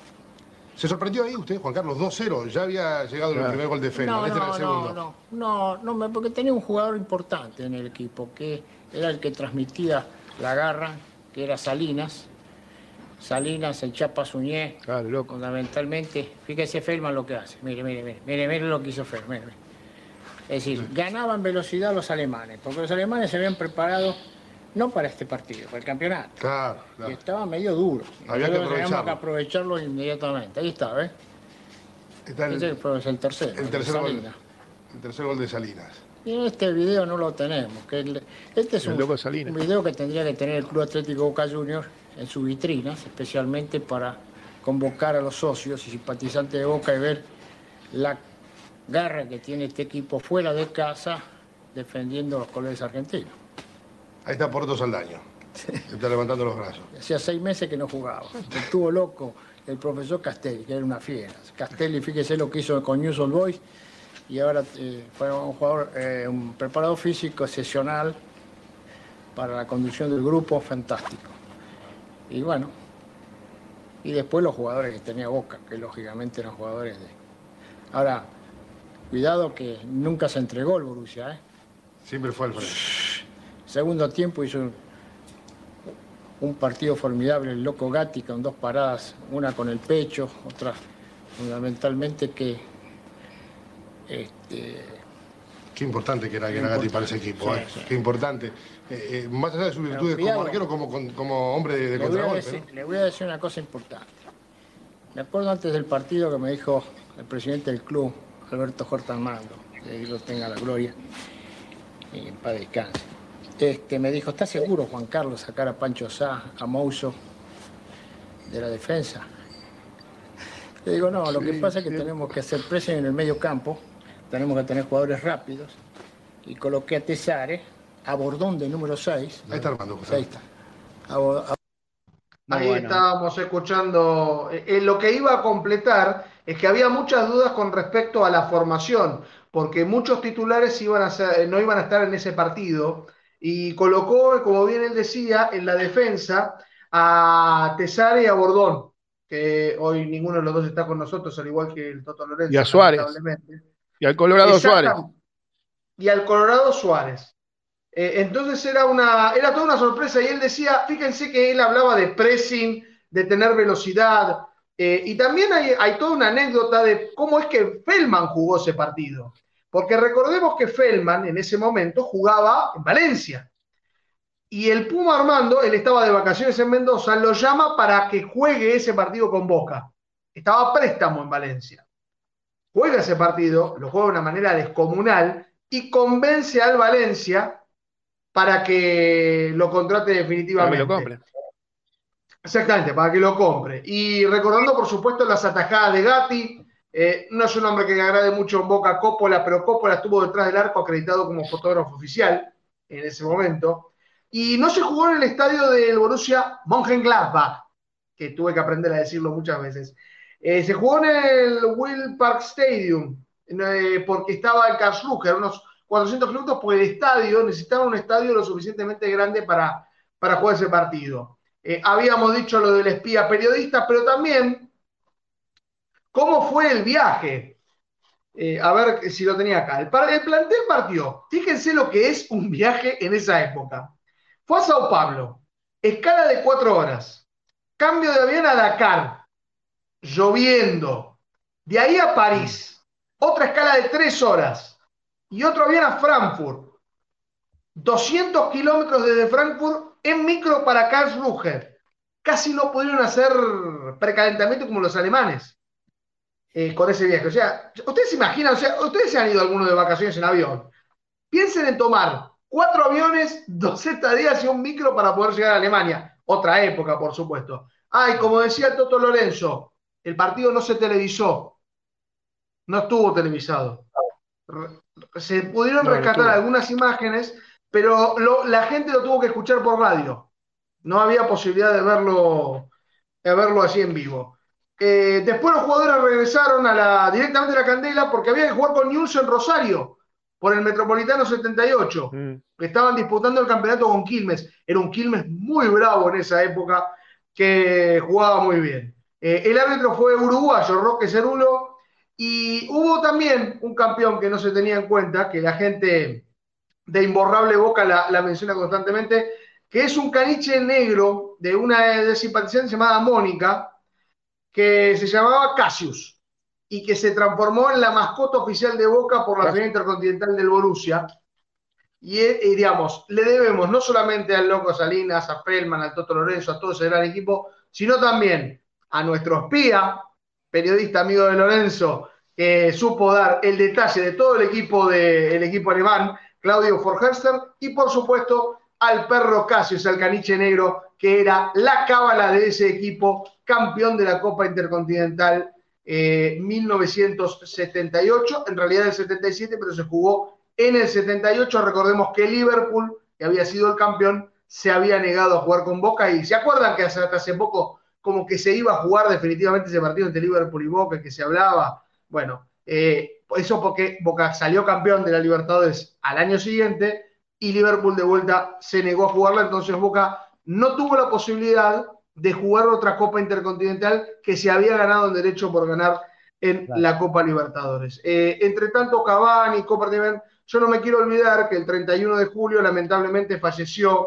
¿Se sorprendió ahí usted, Juan Carlos? dos cero, ya había llegado claro. el primer gol de Feldman, no, este no, era el segundo. No, no, no, no, porque tenía un jugador importante en el equipo, que era el que transmitía la garra, que era Salinas. Salinas, el Chapa Suñé, claro, loco. Fundamentalmente. Fíjese Feldman lo que hace. Mire, mire, mire, mire, mire lo que hizo Feldman. Mire. Es decir, sí. Ganaban velocidad los alemanes, porque los alemanes se habían preparado no para este partido, para el campeonato. Claro, claro. Y estaba medio duro. Había que aprovecharlo. Teníamos que aprovecharlo inmediatamente. Ahí está, ¿ves? Está el, este fue el tercero. El tercer, gol, el tercer gol de Salinas. Y en este video no lo tenemos. Que el, este es un, un video que tendría que tener el Club Atlético Boca Juniors en sus vitrinas, especialmente para convocar a los socios y simpatizantes de Boca y ver la garra que tiene este equipo fuera de casa defendiendo los colores argentinos. Ahí está Porto Saldaño. Sí. Está levantando los brazos. Hacía seis meses que no jugaba. Estuvo loco el profesor Castelli, que era una fiera. Castelli, fíjese lo que hizo con News Old Boys. Y ahora eh, fue un jugador, eh, un preparador físico excepcional para la conducción del grupo, fantástico. Y bueno, y después los jugadores que tenía Boca, que lógicamente eran jugadores de... Ahora, cuidado que nunca se entregó el Borussia, ¿eh? Siempre fue al frente. Segundo tiempo hizo un partido formidable, el Loco Gatti, con dos paradas, una con el pecho, otra fundamentalmente que... Este, Qué importante que era, que era Gatti para ese equipo, sí, eh. sí. Qué importante. Eh, eh, más allá de sus virtudes como arquero, como, como hombre de, de le contragolpe. Voy ¿no? Le voy a decir una cosa importante. Me acuerdo antes del partido que me dijo el presidente del club, Alberto Horta Armando, que Dios lo tenga la gloria y en paz descanse. Este, me dijo, ¿está seguro, Juan Carlos, sacar a Pancho Sá, a Mouso de la defensa? Le digo, no, lo sí, que pasa es que sí. tenemos que hacer presión en el medio campo, tenemos que tener jugadores rápidos, y coloqué a Tesare, a Bordón de número seis. Ahí está Armando. Ahí está. A, a... Ahí bueno. estábamos escuchando. Eh, lo que iba a completar es que había muchas dudas con respecto a la formación, porque muchos titulares iban a ser, no iban a estar en ese partido, y colocó, como bien él decía, en la defensa a Tesare y a Bordón, que hoy ninguno de los dos está con nosotros, al igual que el Toto Lorenzo. Y a Suárez. Y al Colorado Suárez. Y al Colorado Suárez. Eh, entonces era, una, era toda una sorpresa, y él decía, fíjense que él hablaba de pressing, de tener velocidad, eh, y también hay, hay toda una anécdota de cómo es que Feldman jugó ese partido. Porque recordemos que Feldman en ese momento jugaba en Valencia. Y el Puma Armando, él estaba de vacaciones en Mendoza, lo llama para que juegue ese partido con Boca. Estaba a préstamo en Valencia. Juega ese partido, lo juega de una manera descomunal y convence al Valencia para que lo contrate definitivamente. Para que lo compre. Exactamente, para que lo compre. Y recordando, por supuesto, las atajadas de Gatti. Eh, no es un hombre que le agrade mucho en Boca Coppola, pero Coppola estuvo detrás del arco acreditado como fotógrafo oficial en ese momento. Y no se jugó en el estadio del Borussia Mönchengladbach, que tuve que aprender a decirlo muchas veces. Eh, se jugó en el Will Park Stadium, eh, porque estaba el Karlsruhe, unos cuatrocientos kilómetros, porque el estadio necesitaba un estadio lo suficientemente grande para, para jugar ese partido. Eh, habíamos dicho lo del espía periodista, pero también ¿cómo fue el viaje? Eh, a ver si lo tenía acá. El, el plantel partió. Fíjense lo que es un viaje en esa época. Fue a Sao Paulo, escala de cuatro horas, cambio de avión a Dakar, lloviendo, de ahí a París, otra escala de tres horas y otro avión a Frankfurt, doscientos kilómetros desde Frankfurt en micro para Karlsruhe. Casi no pudieron hacer precalentamiento como los alemanes. Eh, con ese viaje, o sea, ustedes se imaginan, o sea, ustedes se han ido alguno de vacaciones en avión, piensen en tomar cuatro aviones, dos estadías y un micro para poder llegar a Alemania, otra época, por supuesto. Ah, y como decía el Toto Lorenzo, el partido no se televisó, no estuvo televisado, se pudieron no, rescatar no algunas imágenes, pero lo, la gente lo tuvo que escuchar por radio, no había posibilidad de verlo, de verlo así en vivo. Eh, después los jugadores regresaron a la, directamente a la Candela porque había que jugar con Newell's en Rosario por el Metropolitano setenta y ocho. Mm. Estaban disputando el campeonato con Quilmes. Era un Quilmes muy bravo en esa época que jugaba muy bien. Eh, el árbitro fue uruguayo, Roque Cerulo, y hubo también un campeón que no se tenía en cuenta, que la gente de Imborrable Boca la, la menciona constantemente, que es un caniche negro de una de simpatizantes llamada Mónica, que se llamaba Cassius y que se transformó en la mascota oficial de Boca por la final intercontinental del Borussia. Y, y digamos, le debemos no solamente al Loco Salinas, a Feldman, al Toto Lorenzo, a todo ese gran equipo, sino también a nuestro espía, periodista amigo de Lorenzo, que supo dar el detalle de todo el equipo, de, el equipo alemán, Claudio Forherster, y por supuesto al perro Cassius, al caniche negro, que era la cábala de ese equipo, campeón de la Copa Intercontinental eh, mil novecientos setenta y ocho, en realidad el setenta y siete, pero se jugó en el setenta y ocho. Recordemos que Liverpool, que había sido el campeón, se había negado a jugar con Boca, y ¿se acuerdan que hasta hace poco como que se iba a jugar definitivamente ese partido entre Liverpool y Boca, que se hablaba? Bueno, eh, eso porque Boca salió campeón de la Libertadores al año siguiente y Liverpool de vuelta se negó a jugarla, entonces Boca no tuvo la posibilidad de jugar otra Copa Intercontinental que se había ganado el derecho por ganar en claro. la Copa Libertadores. Eh, entre tanto, Cavani, Copa Libertadores, yo no me quiero olvidar que el treinta y uno de julio lamentablemente falleció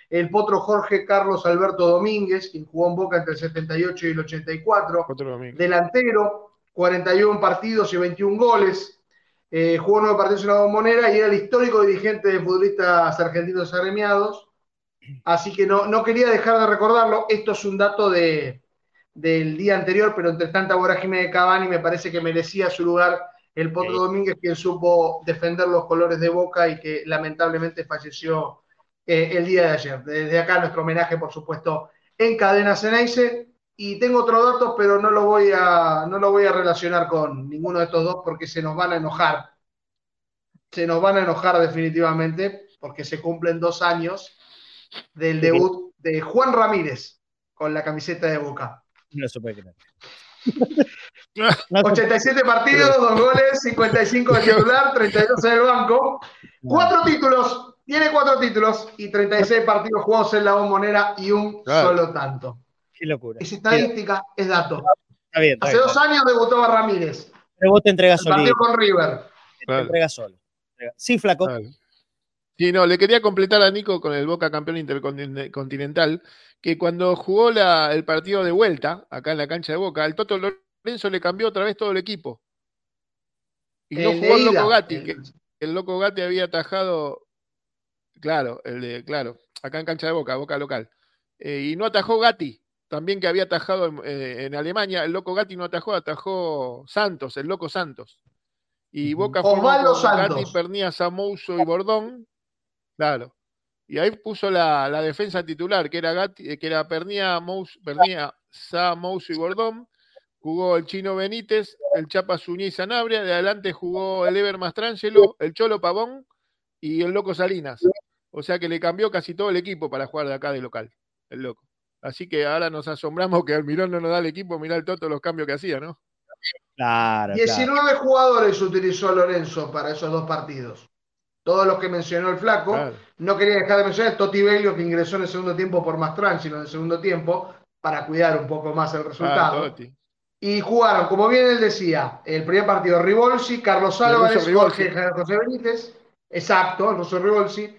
el potro Jorge Carlos Alberto Domínguez, quien jugó en Boca entre el setenta y ocho y el ochenta y cuatro, delantero, cuarenta y uno partidos y veintiún goles, eh, jugó nueve partidos en la Bombonera y era el histórico dirigente de futbolistas argentinos agremiados, así que no, no quería dejar de recordarlo. Esto es un dato de, del día anterior, pero entre tanta vorágine de Cavani me parece que merecía su lugar el Potro Domínguez, quien supo defender los colores de Boca y que lamentablemente falleció eh, el día de ayer. Desde acá nuestro homenaje, por supuesto, en Cadena Ceneice. Y tengo otro dato, pero no lo voy a, no lo voy a relacionar con ninguno de estos dos porque se nos van a enojar. Se nos van a enojar definitivamente porque se cumplen dos años del debut de Juan Ramírez con la camiseta de Boca. No se puede creer. ochenta y siete partidos, dos goles, cincuenta y cinco de titular, treinta y dos en el banco. Cuatro títulos, tiene cuatro títulos y treinta y seis partidos jugados en la Bombonera y un Claro. solo tanto. Qué locura. Es estadística, es dato. Está bien, está Hace bien, dos años debutaba Ramírez. Pero vos te entregas El partido solito. con River. Te Claro. entregas solo. Sí, flaco. Claro. Sí, no, le quería completar a Nico con el Boca campeón intercontinental, que cuando jugó la, el partido de vuelta, acá en la cancha de Boca, el Toto Lorenzo le cambió otra vez todo el equipo. Y no El de jugó el ida. Loco Gatti, El- que el Loco Gatti había atajado, claro, el de, claro, acá en cancha de Boca, Boca local. Eh, y no atajó Gatti, también que había atajado en, eh, en Alemania, el Loco Gatti no atajó, atajó Santos, el Loco Santos. Y Boca formó Osvaldo con Santos. Gatti, Pernia, Samouso y Bordón. Claro. Y ahí puso la, la defensa titular, que era Gatti, que era Pernia, Mous, Pernia, Sa, Mouso y Bordón. Jugó el Chino Benítez, el Chapa Zuniga y Sanabria. De adelante jugó el Ever Mastrangelo, el Cholo Pavón y el Loco Salinas. O sea que le cambió casi todo el equipo para jugar de acá de local, el Loco. Así que ahora nos asombramos que Almirón no nos da el equipo. Mirá el Toto los cambios que hacía, ¿no? Claro, claro. diecinueve jugadores utilizó Lorenzo para esos dos partidos. Todos los que mencionó el flaco. Claro. No quería dejar de mencionar el Totti Bello, que ingresó en el segundo tiempo por Mastrangelo en el segundo tiempo, para cuidar un poco más el Ah, resultado. Totti. Y jugaron, como bien él decía, el primer partido Ribolsi, Carlos Y el ruso Álvarez, Ribolsi. Jorge José Benítez, exacto, el ruso Ribolsi,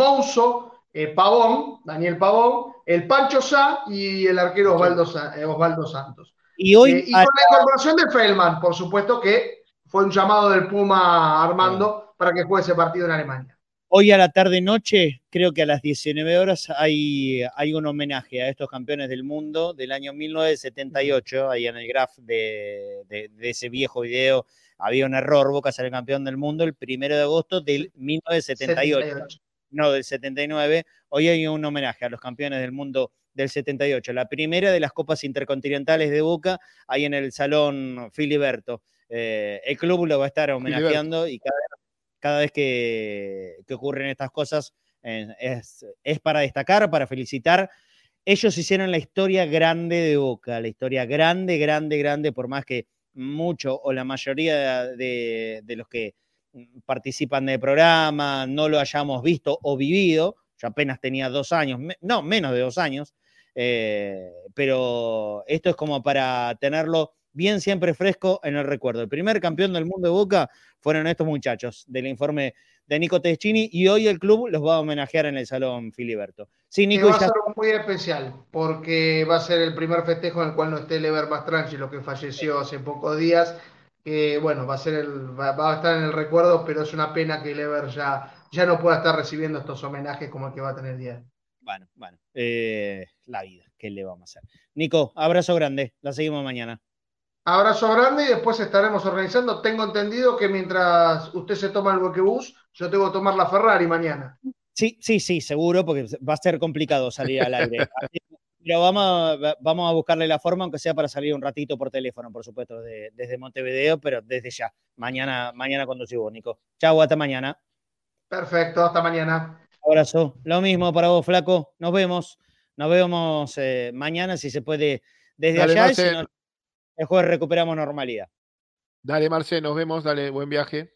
Mouso, eh, Pavón, Daniel Pavón, el Pancho Sá y el arquero Osvaldo, Sa- eh, Osvaldo Santos. Y hoy, Eh, y a- con la incorporación de Feldman, por supuesto que fue un llamado del Puma Armando para que juegue ese partido en Alemania. hoy a la tarde-noche, creo que a las diecinueve horas, hay, hay un homenaje a estos campeones del mundo del año mil novecientos setenta y ocho. Ahí en el graph de, de, de ese viejo video había un error. Boca sale campeón del mundo el primero de agosto del mil novecientos setenta y ocho. setenta y ocho. No, del setenta y nueve. Hoy hay un homenaje a los campeones del mundo del setenta y ocho. La primera de las copas intercontinentales de Boca, ahí en el Salón Filiberto. Eh, el club lo va a estar homenajeando y cada, cada vez que, que ocurren estas cosas eh, es, es para destacar, para felicitar. Ellos hicieron la historia grande de Boca, la historia grande, grande, grande, por más que mucho o la mayoría de, de los que participan del programa no lo hayamos visto o vivido. Yo apenas tenía dos años, me, no, menos de dos años, eh, pero esto es como para tenerlo bien siempre fresco en el recuerdo. El primer campeón del mundo de Boca fueron estos muchachos del informe de Nico Teschini y hoy el club los va a homenajear en el Salón Filiberto. Sí, Que Nico, va a ya... ser muy especial, porque va a ser el primer festejo en el cual no esté el Ever Mastrangelo, que falleció hace pocos días. Que bueno, va a ser el, va, va a estar en el recuerdo, pero es una pena que el Ever ya, ya no pueda estar recibiendo estos homenajes como el que va a tener el día. Bueno, bueno, eh, la vida, ¿qué le vamos a hacer? Nico, abrazo grande, la seguimos mañana. Abrazo grande y después estaremos organizando. Tengo entendido que mientras usted se toma el boquebús, yo tengo que tomar la Ferrari mañana. Sí, sí, sí, seguro, porque va a ser complicado salir al aire. Pero vamos a, vamos a buscarle la forma, aunque sea para salir un ratito por teléfono, por supuesto, de, desde Montevideo, pero desde ya. Mañana, mañana conducivo, Nico. Chau, hasta mañana. Perfecto, hasta mañana. Abrazo. Lo mismo para vos, flaco. Nos vemos. Nos vemos eh, mañana, si se puede, desde Dale, allá. Marce. Y si no, el jueves recuperamos normalidad. Dale, Marce, nos vemos. Dale, buen viaje.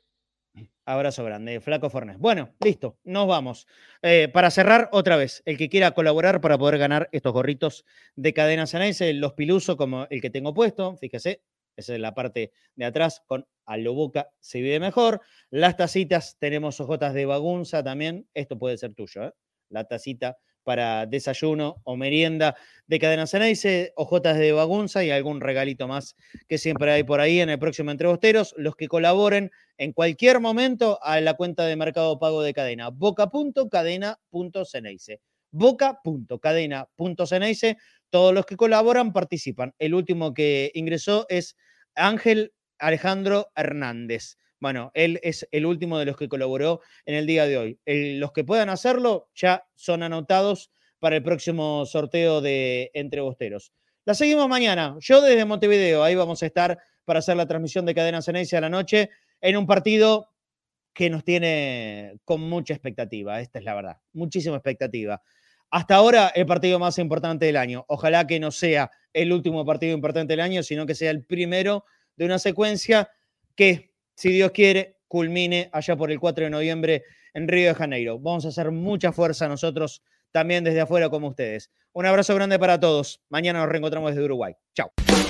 Abrazo grande, Flaco Fornés. Bueno, listo, nos vamos. Eh, para cerrar, otra vez, el que quiera colaborar para poder ganar estos gorritos de Cadena Ceneice, los Piluso como el que tengo puesto, fíjese, esa es la parte de atrás, con A lo Boca se vive mejor. Las tacitas, tenemos hojotas de bagunza también, esto puede ser tuyo, ¿eh? La tacita para desayuno o merienda de Cadena Ceneice, hojotas de bagunza y algún regalito más que siempre hay por ahí en el próximo Entre Bosteros. Los que colaboren en cualquier momento a la cuenta de Mercado Pago de Cadena, boca punto cadena punto ceneice. boca punto cadena punto ceneice. Todos los que colaboran participan. El último que ingresó es Ángel Alejandro Hernández. Bueno, él es el último de los que colaboró en el día de hoy. El, los que puedan hacerlo ya son anotados para el próximo sorteo de Entre Bosteros. La seguimos mañana. Yo desde Montevideo, ahí vamos a estar para hacer la transmisión de Cadena Ceneice a la noche en un partido que nos tiene con mucha expectativa. Esta es la verdad, muchísima expectativa. Hasta ahora el partido más importante del año. Ojalá que no sea el último partido importante del año, sino que sea el primero de una secuencia que, si Dios quiere, culmine allá por el cuatro de noviembre en Río de Janeiro. Vamos a hacer mucha fuerza nosotros también desde afuera como ustedes. Un abrazo grande para todos. Mañana nos reencontramos desde Uruguay. Chao.